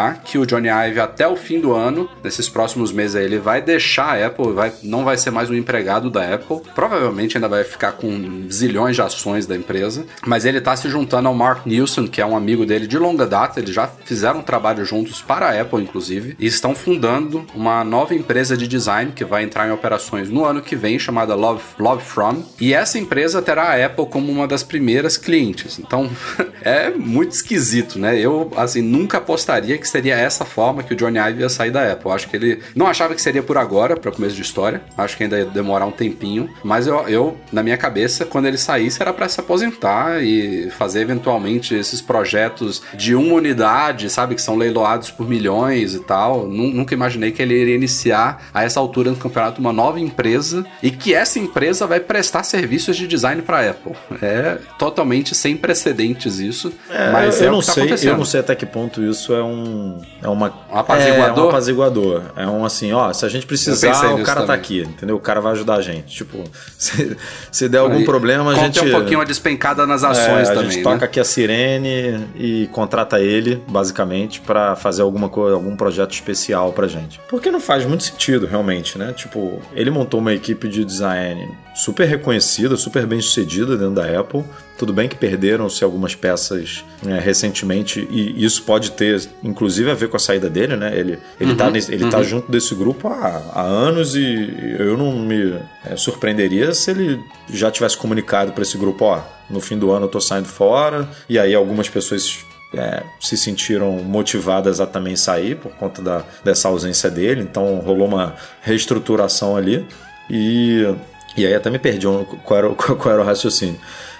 já que o Johnny Ive, até o fim do ano, nesses próximos meses aí, ele vai deixar a Apple, vai, não vai ser mais um empregado da Apple, provavelmente ainda vai ficar com zilhões de ações da empresa, mas ele tá se juntando ao Mark Nilsson, que é um amigo dele de longa data, eles já fizeram um trabalho juntos para a Apple, inclusive, e estão fundando uma nova empresa de design que vai entrar em operações no ano que vem, chamada Love, Love From, e essa empresa terá a Apple como uma das primeiras clientes. Então, é muito esquisito, né? Eu, assim, nunca apostaria que seria essa forma que o Johnny Ive ia sair da Apple. Acho que ele não achava que seria por agora, para começo de história. Acho que ainda ia demorar um tempinho. Mas eu, eu na minha cabeça, quando ele saísse, era para se aposentar e fazer eventualmente esses projetos de uma unidade, sabe? Que são leiloados por milhões e tal. Nunca imaginei que ele iria iniciar a essa altura do campeonato uma nova empresa e que essa empresa vai prestar serviços de design para a Apple. É totalmente sem precedentes isso. É, mas eu, é não o que tá sei, acontecendo. Eu não sei até que ponto isso é um... É uma, um apaziguador? É, um apaziguador. É um assim, ó, se a gente precisar, o cara tá também. aqui, entendeu? O cara vai ajudar a gente. Tipo, se, se der algum Aí, problema, a gente... Conta um pouquinho a despencada nas ações é, a também, gente né? toca aqui a sirene e contrata ele, basicamente, pra fazer alguma coisa, algum projeto especial pra gente. Porque não faz muito sentido, realmente, né? Tipo, ele montou uma equipe de design super reconhecida, super bem sucedida dentro da Apple. Tudo bem que perderam-se algumas peças é, recentemente, e isso pode ter, inclusive, a ver com a saída dele, né? Ele, ele, uhum, tá, nesse, ele uhum. tá junto desse grupo há, há anos, e eu não me é, surpreenderia se ele já tivesse comunicado para esse grupo, ó, no fim do ano eu tô saindo fora, e aí algumas pessoas é, se sentiram motivadas a também sair por conta da, dessa ausência dele, então rolou uma reestruturação ali, e, e aí até me perdi qual era, qual era o raciocínio.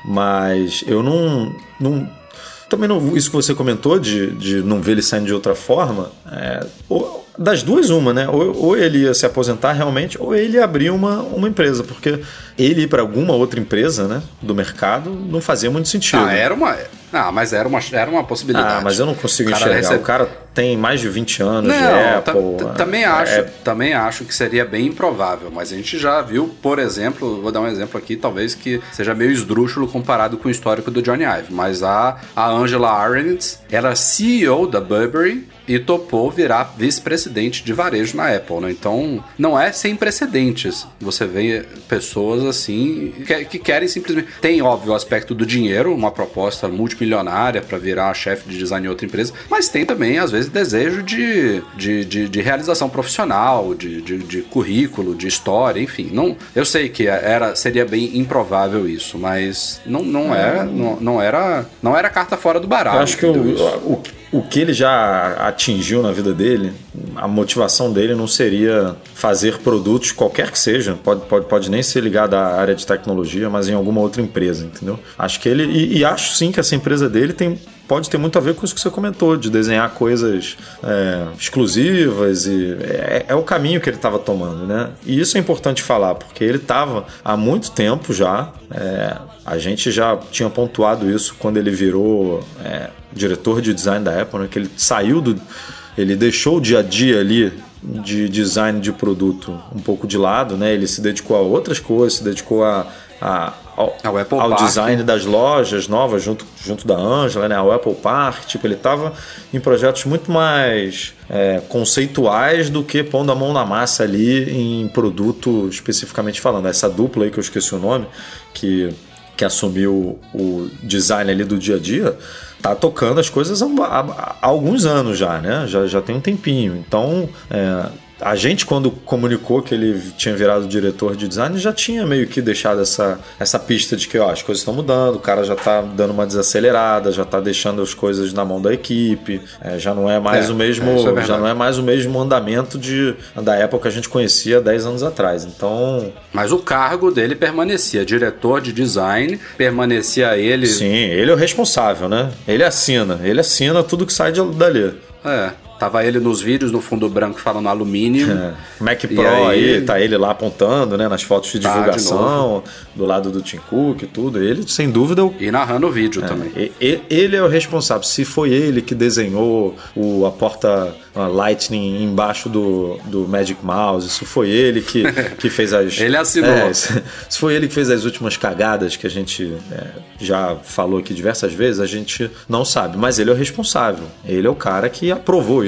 Mas eu não... não também não, isso que você comentou de, de não ver ele saindo de outra forma, é, ou, das duas uma, né? Ou, ou ele ia se aposentar realmente, ou ele ia abrir uma, uma empresa, porque ele ir para alguma outra empresa, né, do mercado não fazia muito sentido. Ah, era uma... Ah, mas era uma, era uma possibilidade. Ah, mas eu não consigo o enxergar. Recebe... O cara tem mais de vinte anos não, de Apple. Também é... acho, também acho que seria bem improvável, mas a gente já viu, por exemplo, vou dar um exemplo aqui, talvez que seja meio esdrúxulo comparado com o histórico do Johnny Ive, mas a, a Angela Arendt era C E O da Burberry e topou virar vice-presidente de varejo na Apple, né? Então, não é sem precedentes. Você vê pessoas assim que, que querem simplesmente... Tem, óbvio, o aspecto do dinheiro, uma proposta multimilionária para virar chefe de design em outra empresa, mas tem também, às vezes, desejo de, de, de, de realização profissional, de, de, de currículo, de história, enfim. Não, eu sei que era, seria bem improvável isso, mas não, não, é, não, não, era, não era carta fora do baralho. Eu acho que o, o, o que ele já atingiu na vida dele, a motivação dele não seria fazer produtos, qualquer que seja, pode, pode, pode nem ser ligado à área de tecnologia, mas em alguma outra empresa, entendeu? Acho que ele, e, e acho sim que essa empresa dele tem... pode ter muito a ver com isso que você comentou, de desenhar coisas é, exclusivas, e é, é o caminho que ele estava tomando, né? E isso é importante falar, porque ele estava há muito tempo já, é, a gente já tinha pontuado isso quando ele virou é, diretor de design da Apple, né? Que ele saiu do... ele deixou o dia a dia ali de design de produto um pouco de lado, né? Ele se dedicou a outras coisas, se dedicou a... a ao, ao, ao design das lojas novas junto, junto da Angela, né? Ao Apple Park, tipo, ele estava em projetos muito mais é, conceituais do que pondo a mão na massa ali em produto especificamente falando. Essa dupla aí que eu esqueci o nome, que, que assumiu o design ali do dia a dia, tá tocando as coisas há, há, há alguns anos já, né? Já, já tem um tempinho. Então, é, a gente, quando comunicou que ele tinha virado diretor de design, já tinha meio que deixado essa, essa pista de que ó, as coisas estão mudando, o cara já está dando uma desacelerada, já está deixando as coisas na mão da equipe, é, já não é mais é, o mesmo, é, já não é mais o mesmo andamento de, da época que a gente conhecia dez anos atrás. Então, mas o cargo dele permanecia, diretor de design, permanecia ele. Sim, ele é o responsável, né? Ele assina, ele assina tudo que sai de, dali. É. Tava ele nos vídeos no fundo branco falando alumínio. É. Mac Pro aí, aí, tá ele lá apontando, né, nas fotos de divulgação, tá, de do lado do Tim Cook e tudo. Ele, sem dúvida... E narrando o vídeo é, também. Ele é o responsável. Se foi ele que desenhou o, a porta a Lightning embaixo do, do Magic Mouse, se foi ele que, que fez as... Ele assinou. É, se, se foi ele que fez as últimas cagadas que a gente é, já falou aqui diversas vezes, a gente não sabe. Mas ele é o responsável. Ele é o cara que aprovou isso.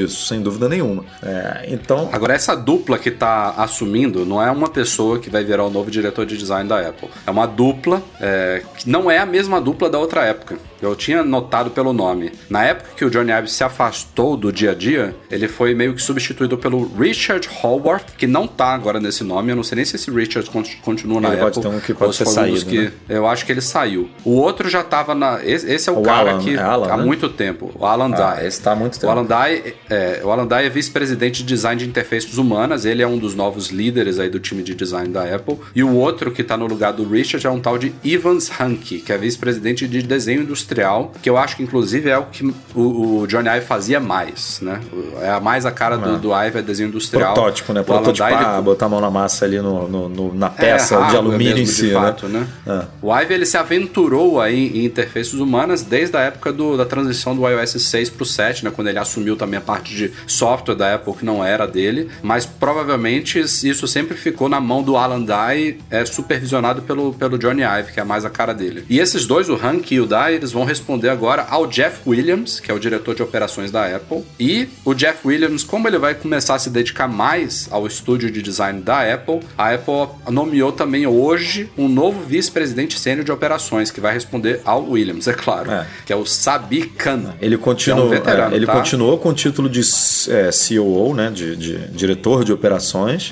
isso, sem dúvida nenhuma. É, então... Agora, essa dupla que tá assumindo não é uma pessoa que vai virar o novo diretor de design da Apple. É uma dupla é, que não é a mesma dupla da outra época. Eu tinha notado pelo nome. Na época que o Johnny Ive se afastou do dia a dia, ele foi meio que substituído pelo Richard Hallworth, que não tá agora nesse nome. Eu não sei nem se esse Richard continua na ele Apple. Pode ter um que pode ter saído, que, né? Eu acho que ele saiu. O outro já tava na... Esse, esse é o, o cara Alan, que é Alan, há né? muito tempo. O Alan ah, Dye. Esse tá há muito tempo. O Alan Dye é, o Alan Dye é vice-presidente de design de interfaces humanas. Ele é um dos novos líderes aí do time de design da Apple. E o outro que tá no lugar do Richard é um tal de Evans Hanke, que é vice-presidente de desenho industrial, que eu acho que inclusive é o que o, o Johnny Ive fazia mais, né? É mais a cara do, do Ive, é desenho industrial. Protótipo, né? Prototipar, botar a mão na massa ali no, no, no, na peça é, de alumínio em si, de fato, né? né? É. O Ive, ele se aventurou aí em interfaces humanas desde a época do, da transição do iOS seis pro sete, né? Quando ele assumiu também a parte de software da Apple, que não era dele, mas provavelmente isso sempre ficou na mão do Alan Dye, é, supervisionado pelo, pelo Johnny Ive, que é mais a cara dele. E esses dois, o Hanke e o Dye, eles vão responder agora ao Jeff Williams, que é o diretor de operações da Apple. E o Jeff Williams, como ele vai começar a se dedicar mais ao estúdio de design da Apple, a Apple nomeou também hoje um novo vice-presidente sênior de operações, que vai responder ao Williams, é claro, é. que é o Sabi Khan. Ele, continu... é um veterano, é, ele tá? continuou com o título de é, C O O, né, de, de diretor de operações,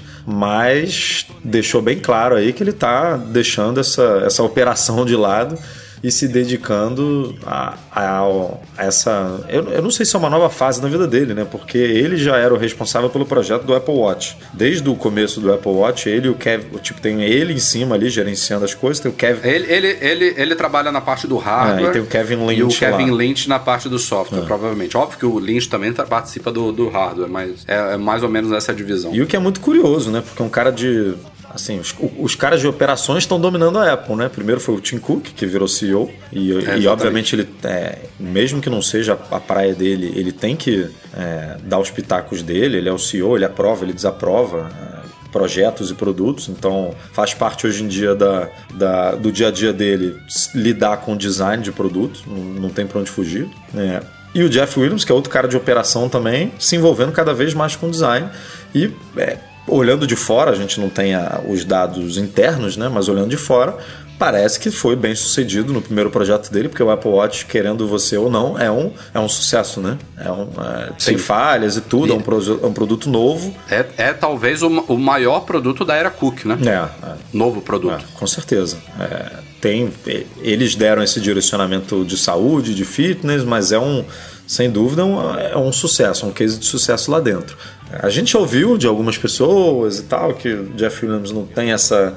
mas deixou bem claro aí que ele está deixando essa, essa operação de lado e se dedicando a, a, a essa... Eu, eu não sei se é uma nova fase na vida dele, né? Porque ele já era o responsável pelo projeto do Apple Watch. Desde o começo do Apple Watch, ele e o Kevin... Tipo, tem ele em cima ali, gerenciando as coisas. Tem o Kevin... Ele, ele, ele, ele trabalha na parte do hardware. É, e tem o Kevin Lynch E o Kevin lá. Lynch na parte do software, é. provavelmente. Óbvio que o Lynch também participa do, do hardware, mas é, é mais ou menos essa divisão. E o que é muito curioso, né? Porque é um cara de... Assim, os, os caras de operações estão dominando a Apple, né? Primeiro foi o Tim Cook, que virou C E O, e, é, e obviamente ele, é, mesmo que não seja a praia dele, ele tem que é, dar os pitacos dele, ele é o C E O, ele aprova, ele desaprova é, projetos e produtos, então faz parte hoje em dia da, da, do dia a dia dele lidar com o design de produtos, não, não tem pra onde fugir, né? E o Jeff Williams, que é outro cara de operação também, se envolvendo cada vez mais com design e... É, olhando de fora, a gente não tem a, os dados internos, né? Mas olhando de fora, parece que foi bem sucedido no primeiro projeto dele, porque o Apple Watch, querendo você ou não, é um, é um sucesso, né? É um, é, tem falhas e tudo, e é, um pro, é um produto novo. É, é talvez o, o maior produto da era Cook, né? É. é Novo produto. É, com certeza. É, tem, eles deram esse direcionamento de saúde, de fitness, mas é um, sem dúvida, um, é um sucesso, um case de sucesso lá dentro. A gente ouviu de algumas pessoas e tal que o Jeff Williams não tem essa,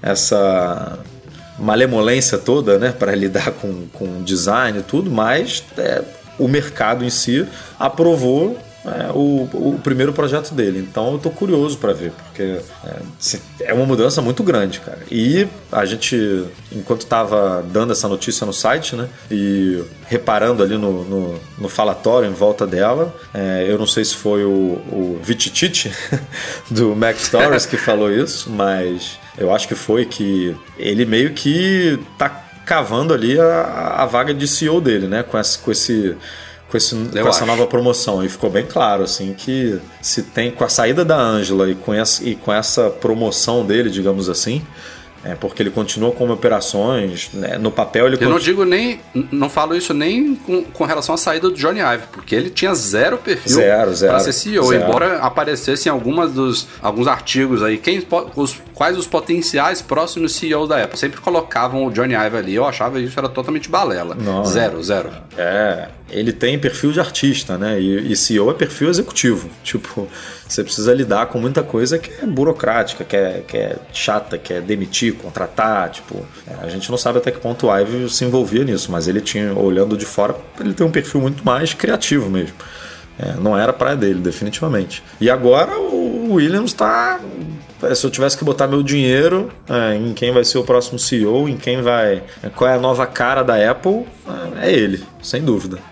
essa malemolência toda, né, para lidar com, com design e tudo, mas é, o mercado em si aprovou é, o, o primeiro projeto dele. Então eu tô curioso para ver, porque é, é uma mudança muito grande, cara. E a gente, enquanto tava dando essa notícia no site, né, e reparando ali no, no, no falatório em volta dela, é, eu não sei se foi o, o Vititite do Mac Stories que falou isso, mas eu acho que foi que ele meio que tá cavando ali a, a vaga de C E O dele, né, com esse... Com esse com, esse, com essa acho. nova promoção, e ficou bem claro assim que se tem, com a saída da Angela e com essa, e com essa promoção dele, digamos assim, é porque ele continua com operações, né? No papel ele... Eu continua... não digo nem, não falo isso nem com, com relação à saída do Johnny Ive, porque ele tinha zero perfil para ser C E O, zero. Embora aparecessem algumas dos, alguns artigos aí, quem, os, quais os potenciais próximos C E Os da Apple, sempre colocavam o Johnny Ive ali, eu achava isso era totalmente balela. Não, zero, zero. É, ele tem perfil de artista, né, e, e C E O é perfil executivo, tipo... Você precisa lidar com muita coisa que é burocrática, que é, que é chata, que é demitir, contratar, tipo... A gente não sabe até que ponto o Ive se envolvia nisso, mas ele tinha, olhando de fora, ele tem um perfil muito mais criativo mesmo. É, não era a praia dele, definitivamente. E agora o Williams está... Se eu tivesse que botar meu dinheiro é, em quem vai ser o próximo C E O, em quem vai... Qual é a nova cara da Apple, é ele, sem dúvida.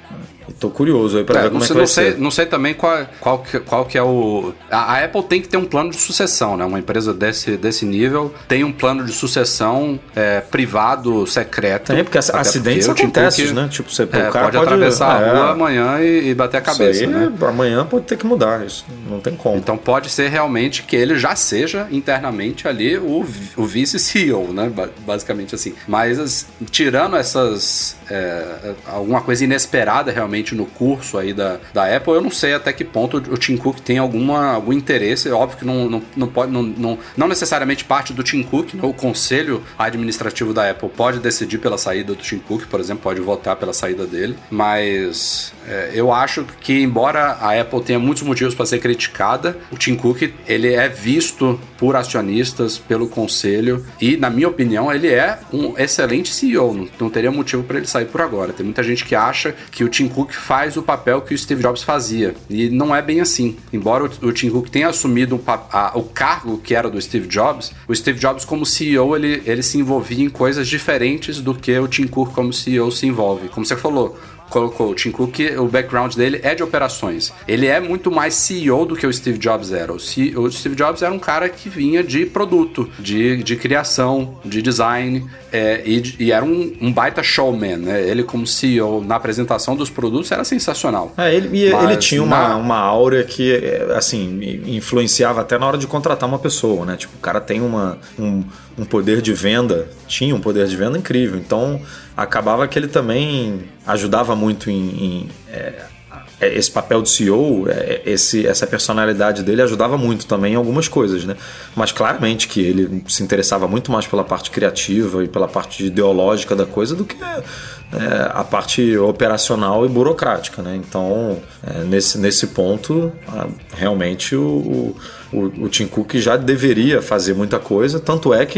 E tô curioso aí pra é, ver como não, é que não vai sei, ser. Não sei também qual, qual, que, qual que é o... A, a Apple tem que ter um plano de sucessão, né? Uma empresa desse, desse nível tem um plano de sucessão é, privado, secreto. Tem, porque acidentes acontecem, né? Tipo, você, é, o cara pode, pode atravessar é, a rua amanhã e, e bater a cabeça, isso aí, né? Amanhã pode ter que mudar, isso não tem como. Então pode ser realmente que ele já seja internamente ali o, o vice-C E O, né? Basicamente assim. Mas tirando essas... É, alguma coisa inesperada realmente no curso aí da, da Apple, eu não sei até que ponto o Tim Cook tem alguma, algum interesse. Óbvio que não, não, não pode não, não, não necessariamente parte do Tim Cook, né? O conselho administrativo da Apple pode decidir pela saída do Tim Cook, por exemplo, pode votar pela saída dele, mas é, eu acho que embora a Apple tenha muitos motivos para ser criticada, o Tim Cook ele é visto por acionistas, pelo conselho, e na minha opinião ele é um excelente C E O, não, não teria motivo para ele sair por agora. Tem muita gente que acha que o Tim Cook faz o papel que o Steve Jobs fazia, e não é bem assim. Embora o, o Tim Cook tenha assumido um, a, o cargo que era do Steve Jobs, o Steve Jobs como C E O ele, ele se envolvia em coisas diferentes do que o Tim Cook como C E O se envolve. Como você falou, colocou o Tim Cook, o background dele é de operações. Ele é muito mais C E O do que o Steve Jobs era. O, C, o Steve Jobs era um cara que vinha de produto, de, de criação, de design, é, e, e era um, um baita showman, né? Ele como C E O na apresentação dos produtos era sensacional. É, ele, e Mas ele tinha uma, na... uma áurea que, assim, influenciava até na hora de contratar uma pessoa, né? Tipo, o cara tem uma, um, um poder de venda, tinha um poder de venda incrível. Então, acabava que ele também ajudava muito em... em é, esse papel de C E O, esse, essa personalidade dele ajudava muito também em algumas coisas, né? Mas claramente que ele se interessava muito mais pela parte criativa e pela parte ideológica da coisa do que é, a parte operacional e burocrática, né? Então, é, nesse, nesse ponto, realmente o, o, o Tim Cook já deveria fazer muita coisa, tanto é que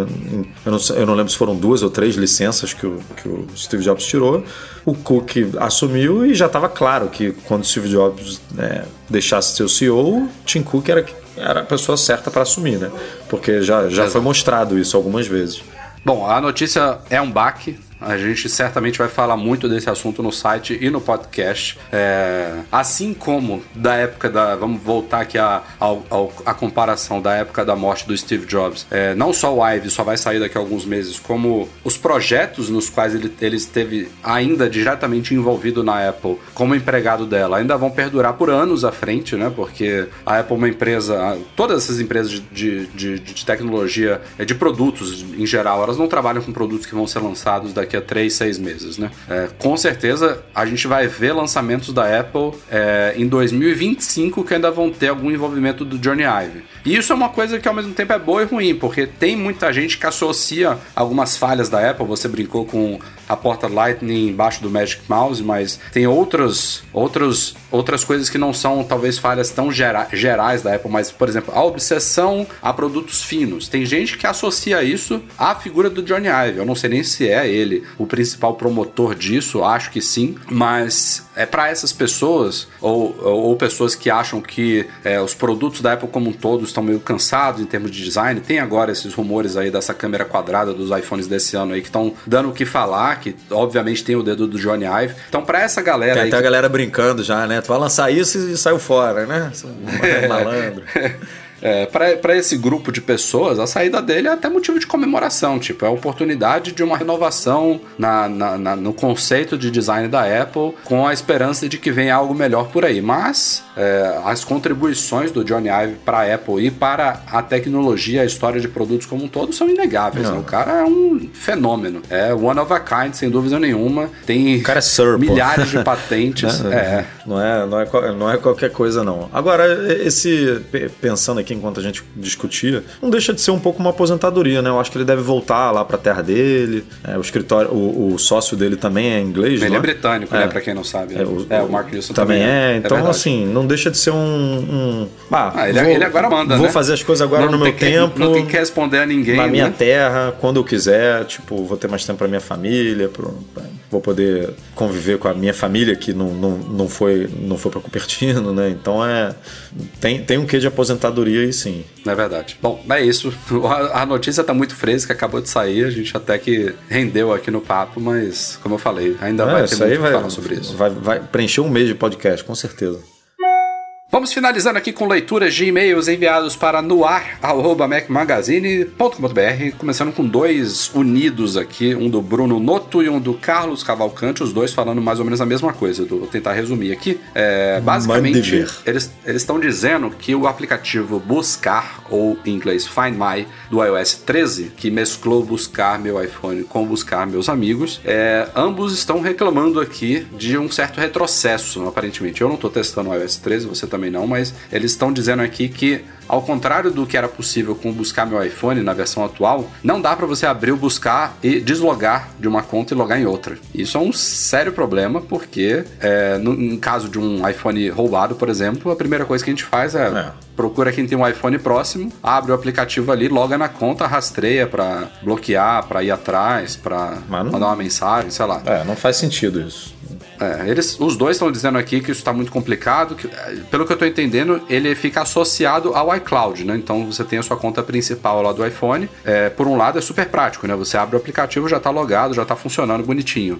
eu não, eu não lembro se foram duas ou três licenças que o, que o Steve Jobs tirou, o Cook assumiu e já estava claro que quando o Steve Jobs é, deixasse de ser o C E O, o Tim Cook era, era a pessoa certa para assumir, né? Porque já, já foi mostrado isso algumas vezes. Bom, a notícia é um baque. A gente certamente vai falar muito desse assunto no site e no podcast. É, assim como da época da... Vamos voltar aqui a, a, a comparação da época da morte do Steve Jobs. É, não só o Ive só vai sair daqui a alguns meses, como os projetos nos quais ele, ele esteve ainda diretamente envolvido na Apple como empregado dela ainda vão perdurar por anos à frente, né? Porque a Apple é uma empresa... Todas essas empresas de, de, de, de tecnologia, de produtos em geral, elas não trabalham com produtos que vão ser lançados daqui a três, seis meses, né? É, com certeza a gente vai ver lançamentos da Apple é, em dois mil e vinte e cinco que ainda vão ter algum envolvimento do Johnny Ive. E isso é uma coisa que ao mesmo tempo é boa e ruim, porque tem muita gente que associa algumas falhas da Apple. Você brincou com a porta Lightning embaixo do Magic Mouse, mas tem outros, outros, outras coisas que não são talvez falhas tão gera, gerais da Apple, mas, por exemplo, a obsessão a produtos finos. Tem gente que associa isso à figura do Johnny Ive. Eu não sei nem se é ele o principal promotor disso, acho que sim, mas é para essas pessoas, ou, ou, ou pessoas que acham que é, os produtos da Apple como um todo estão meio cansados em termos de design. Tem agora esses rumores aí dessa câmera quadrada dos iPhones desse ano aí que estão dando o que falar, que obviamente tem o dedo do Johnny Ive. Então, para essa galera tem aí até que... a galera brincando já, né? Tu vai lançar isso e saiu fora, né? É. Malandro. É, para esse grupo de pessoas, a saída dele é até motivo de comemoração, tipo, é a oportunidade de uma renovação na, na, na, no conceito de design da Apple, com a esperança de que venha algo melhor por aí. Mas é, as contribuições do Johnny Ive para a Apple e para a tecnologia, a história de produtos como um todo, são inegáveis. Né? O cara é um fenômeno, é one of a kind, sem dúvida nenhuma. Tem o cara é Sir, milhares de patentes. é. Não, é, não, é, não é qualquer coisa, não. Agora, esse pensando aqui enquanto a gente discutia, não deixa de ser um pouco uma aposentadoria, né? Eu acho que ele deve voltar lá pra terra dele. É, o escritório, o, o sócio dele também é inglês, Ele né? é britânico, é. né? Pra quem não sabe. É, o, é, o Mark Nilsson também, também é. é. Então, é assim, não deixa de ser um... um... Ah, ah, ele, vou, ele agora manda, Vou né? fazer as coisas agora não no meu que, tempo. Não tem que responder a ninguém, na minha né? terra, quando eu quiser. Tipo, vou ter mais tempo pra minha família. Pro... vou poder conviver com a minha família que não, não, não foi, não foi para Cupertino, né? Então é tem, tem um quê de aposentadoria aí sim. É verdade. Bom, é isso. A, a notícia tá muito fresca, acabou de sair, a gente até que rendeu aqui no papo, mas como eu falei, ainda é, vai ter muito o que falar sobre isso. Vai, vai preencher um mês de podcast, com certeza. Vamos finalizando aqui com leituras de e-mails enviados para noar arroba mac magazine ponto com ponto b r, começando com dois unidos aqui, um do Bruno Noto e um do Carlos Cavalcante, os dois falando mais ou menos a mesma coisa. Vou tentar resumir aqui. É, basicamente, eles estão dizendo que o aplicativo Buscar, ou em inglês Find My, do i O S treze, que mesclou Buscar Meu iPhone com Buscar Meus Amigos, é, ambos estão reclamando aqui de um certo retrocesso, aparentemente. Eu não estou testando o i O S treze, você também não, mas eles estão dizendo aqui que, ao contrário do que era possível com o Buscar Meu iPhone na versão atual, não dá para você abrir o Buscar e deslogar de uma conta e logar em outra. Isso é um sério problema, porque é, no, em caso de um iPhone roubado, por exemplo, a primeira coisa que a gente faz é, é. procura quem tem um iPhone próximo, abre o aplicativo ali, loga na conta, rastreia para bloquear, para ir atrás, para mandar uma mensagem, sei lá. É, não faz sentido isso. É, eles, os dois estão dizendo aqui que isso está muito complicado, que, pelo que eu estou entendendo, ele fica associado ao iCloud, né? Então você tem a sua conta principal lá do iPhone. É, por um lado é super prático, né? Você abre o aplicativo, já está logado, já está funcionando bonitinho.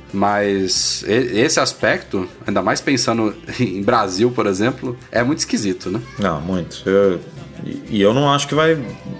Mas esse aspecto, ainda mais pensando em Brasil, por exemplo, é muito esquisito, né? Não, muito. Eu, e eu não acho que vai,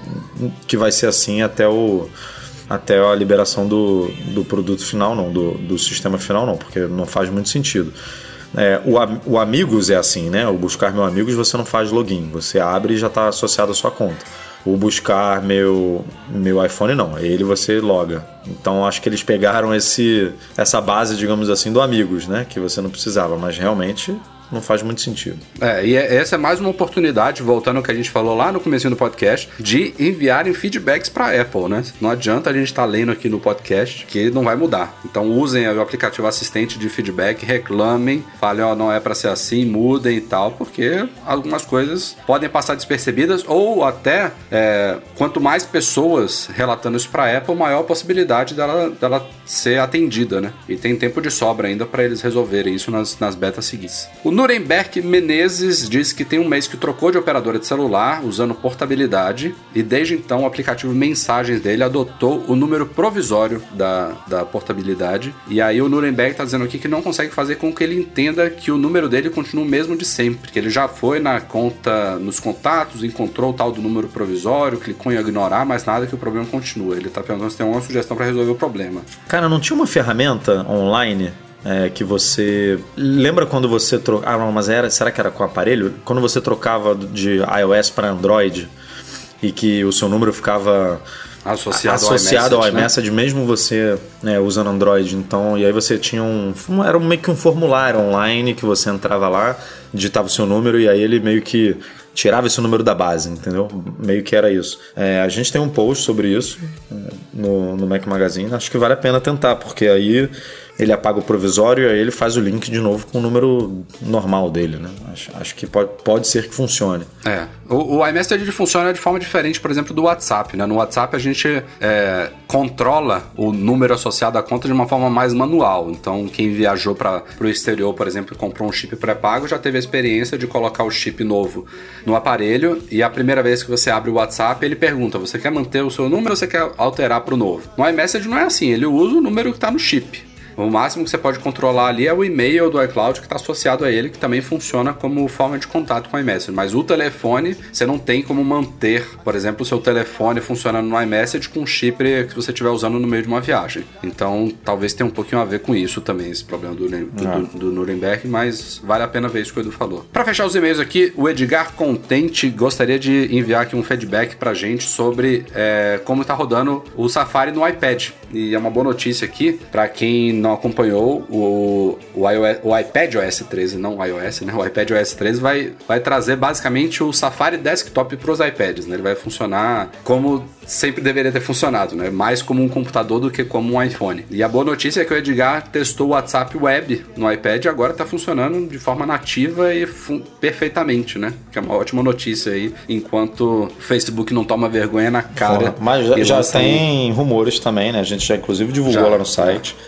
que vai ser assim até o... até a liberação do, do produto final, não, do, do sistema final, não, porque não faz muito sentido. É, o, o Amigos é assim, né? O Buscar Meu Amigos você não faz login, você abre e já está associado à sua conta. O Buscar Meu, meu iPhone não, ele você loga. Então acho que eles pegaram esse, essa base, digamos assim, do Amigos, né? Que você não precisava, mas realmente... não faz muito sentido. É, e essa é mais uma oportunidade, voltando ao que a gente falou lá no comecinho do podcast, de enviarem feedbacks para a Apple, né? Não adianta a gente estar tá lendo aqui no podcast que não vai mudar. Então usem o aplicativo assistente de feedback, reclamem, falem, ó, oh, não é para ser assim, mudem e tal, porque algumas coisas podem passar despercebidas ou até, é, quanto mais pessoas relatando isso para a Apple, maior a possibilidade dela, dela ser atendida, né? E tem tempo de sobra ainda para eles resolverem isso nas, nas betas seguintes. O Nuremberg Menezes diz que tem um mês que trocou de operadora de celular usando portabilidade e desde então o aplicativo Mensagens dele adotou o número provisório da, da portabilidade. E aí o Nuremberg está dizendo aqui que não consegue fazer com que ele entenda que o número dele continua o mesmo de sempre, que ele já foi na conta, nos contatos, encontrou o tal do número provisório, clicou em ignorar, mas nada, que o problema continua. Ele está perguntando se tem alguma sugestão para resolver o problema. Cara, não tinha uma ferramenta online... É, que você... Lembra quando você trocava... Ah, não, mas era... Será que era com o aparelho? Quando você trocava de iOS para Android e que o seu número ficava associado, associado ao iMessage, ao iMessage, né? Mesmo você, né, usando Android. Então, e aí você tinha um... Era meio que um formulário online que você entrava lá, digitava o seu número e aí ele meio que tirava esse número da base, entendeu? Meio que era isso. É, a gente tem um post sobre isso é, no, no Mac Magazine. Acho que vale a pena tentar, porque aí... ele apaga o provisório e aí ele faz o link de novo com o número normal dele, né? Acho, acho que pode, pode ser que funcione. É. O, o iMessage funciona de forma diferente, por exemplo, do WhatsApp, né? No WhatsApp a gente é, controla o número associado à conta de uma forma mais manual. Então, quem viajou para o exterior, por exemplo, e comprou um chip pré-pago, já teve a experiência de colocar o chip novo no aparelho e a primeira vez que você abre o WhatsApp, ele pergunta, você quer manter o seu número ou você quer alterar para o novo? No iMessage não é assim, ele usa o número que está no chip. O máximo que você pode controlar ali é o e-mail do iCloud que está associado a ele, que também funciona como forma de contato com o iMessage. Mas o telefone, você não tem como manter, por exemplo, o seu telefone funcionando no iMessage com um chip que você estiver usando no meio de uma viagem. Então, talvez tenha um pouquinho a ver com isso também, esse problema do, do, do, do Nuremberg, mas vale a pena ver isso que o Edu falou. Para fechar os e-mails aqui, o Edgar Contente gostaria de enviar aqui um feedback pra gente sobre é, como está rodando o Safari no iPad. E é uma boa notícia aqui, para quem não acompanhou, o, o, iOS, o iPadOS treze, não o iOS, né? O iPadOS treze vai, vai trazer basicamente o Safari Desktop para os iPads, né? Ele vai funcionar como sempre deveria ter funcionado, né? Mais como um computador do que como um iPhone. E a boa notícia é que o Edgar testou o WhatsApp Web no iPad e agora está funcionando de forma nativa e fun- perfeitamente, né? Que é uma ótima notícia aí, enquanto o Facebook não toma vergonha na cara. Mas já, já tem rumores também, né? A gente já inclusive divulgou já, lá no site. O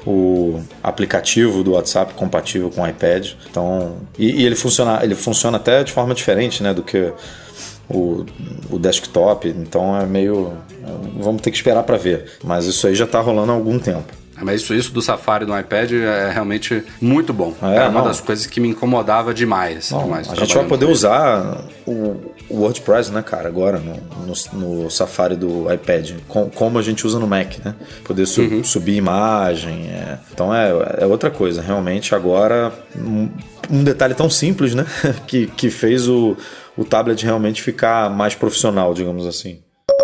o aplicativo do WhatsApp compatível com o iPad. Então, e, e ele, funciona, ele funciona até de forma diferente, né, do que o, o desktop. Então é meio... Vamos ter que esperar para ver. Mas isso aí já está rolando há algum tempo. Mas isso, isso do Safari no iPad é realmente muito bom. É, é uma não. das coisas que me incomodava demais. Não, demais a gente vai poder usar o, o WordPress, né, cara, agora no, no, no Safari do iPad, com, como a gente usa no Mac, né? Poder su, uhum. subir imagem. É. Então é, é outra coisa. Realmente agora, um, um detalhe tão simples, né? que, que fez o, o tablet realmente ficar mais profissional, digamos assim.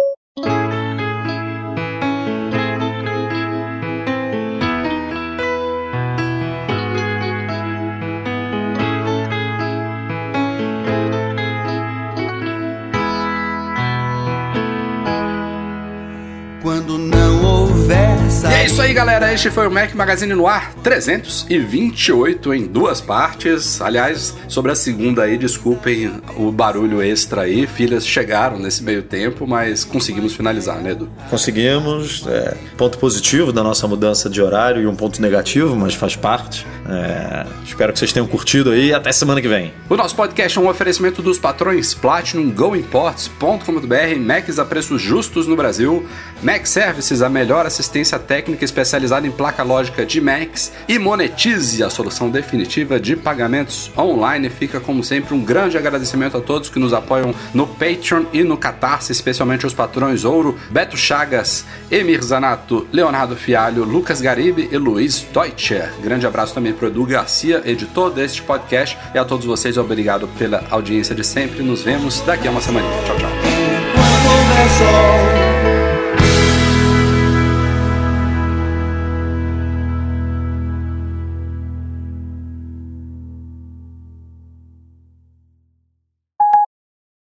Quando não houver saída. E é isso aí, galera. Este foi o Mac Magazine no Ar trezentos e vinte e oito em duas partes. Aliás, sobre a segunda aí, desculpem o barulho extra aí. Filhas chegaram nesse meio tempo, mas conseguimos finalizar, né, Edu? Conseguimos. É, ponto positivo da nossa mudança de horário e um ponto negativo, mas faz parte. É, espero que vocês tenham curtido aí e até semana que vem. O nosso podcast é um oferecimento dos patrões Platinum, go imports ponto com ponto b r, Macs a preços justos no Brasil, Mac Services, a melhor assistência técnica especializada em placa lógica de Macs, e Monetize, a solução definitiva de pagamentos online. Fica, como sempre, um grande agradecimento a todos que nos apoiam no Patreon e no Catarse, especialmente os patrões Ouro, Beto Chagas, Emir Zanato, Leonardo Fialho, Lucas Garibe e Luiz Deutscher. Grande abraço também para o Edu Garcia, editor deste podcast, e a todos vocês, obrigado pela audiência de sempre. Nos vemos daqui a uma semana. Tchau, tchau.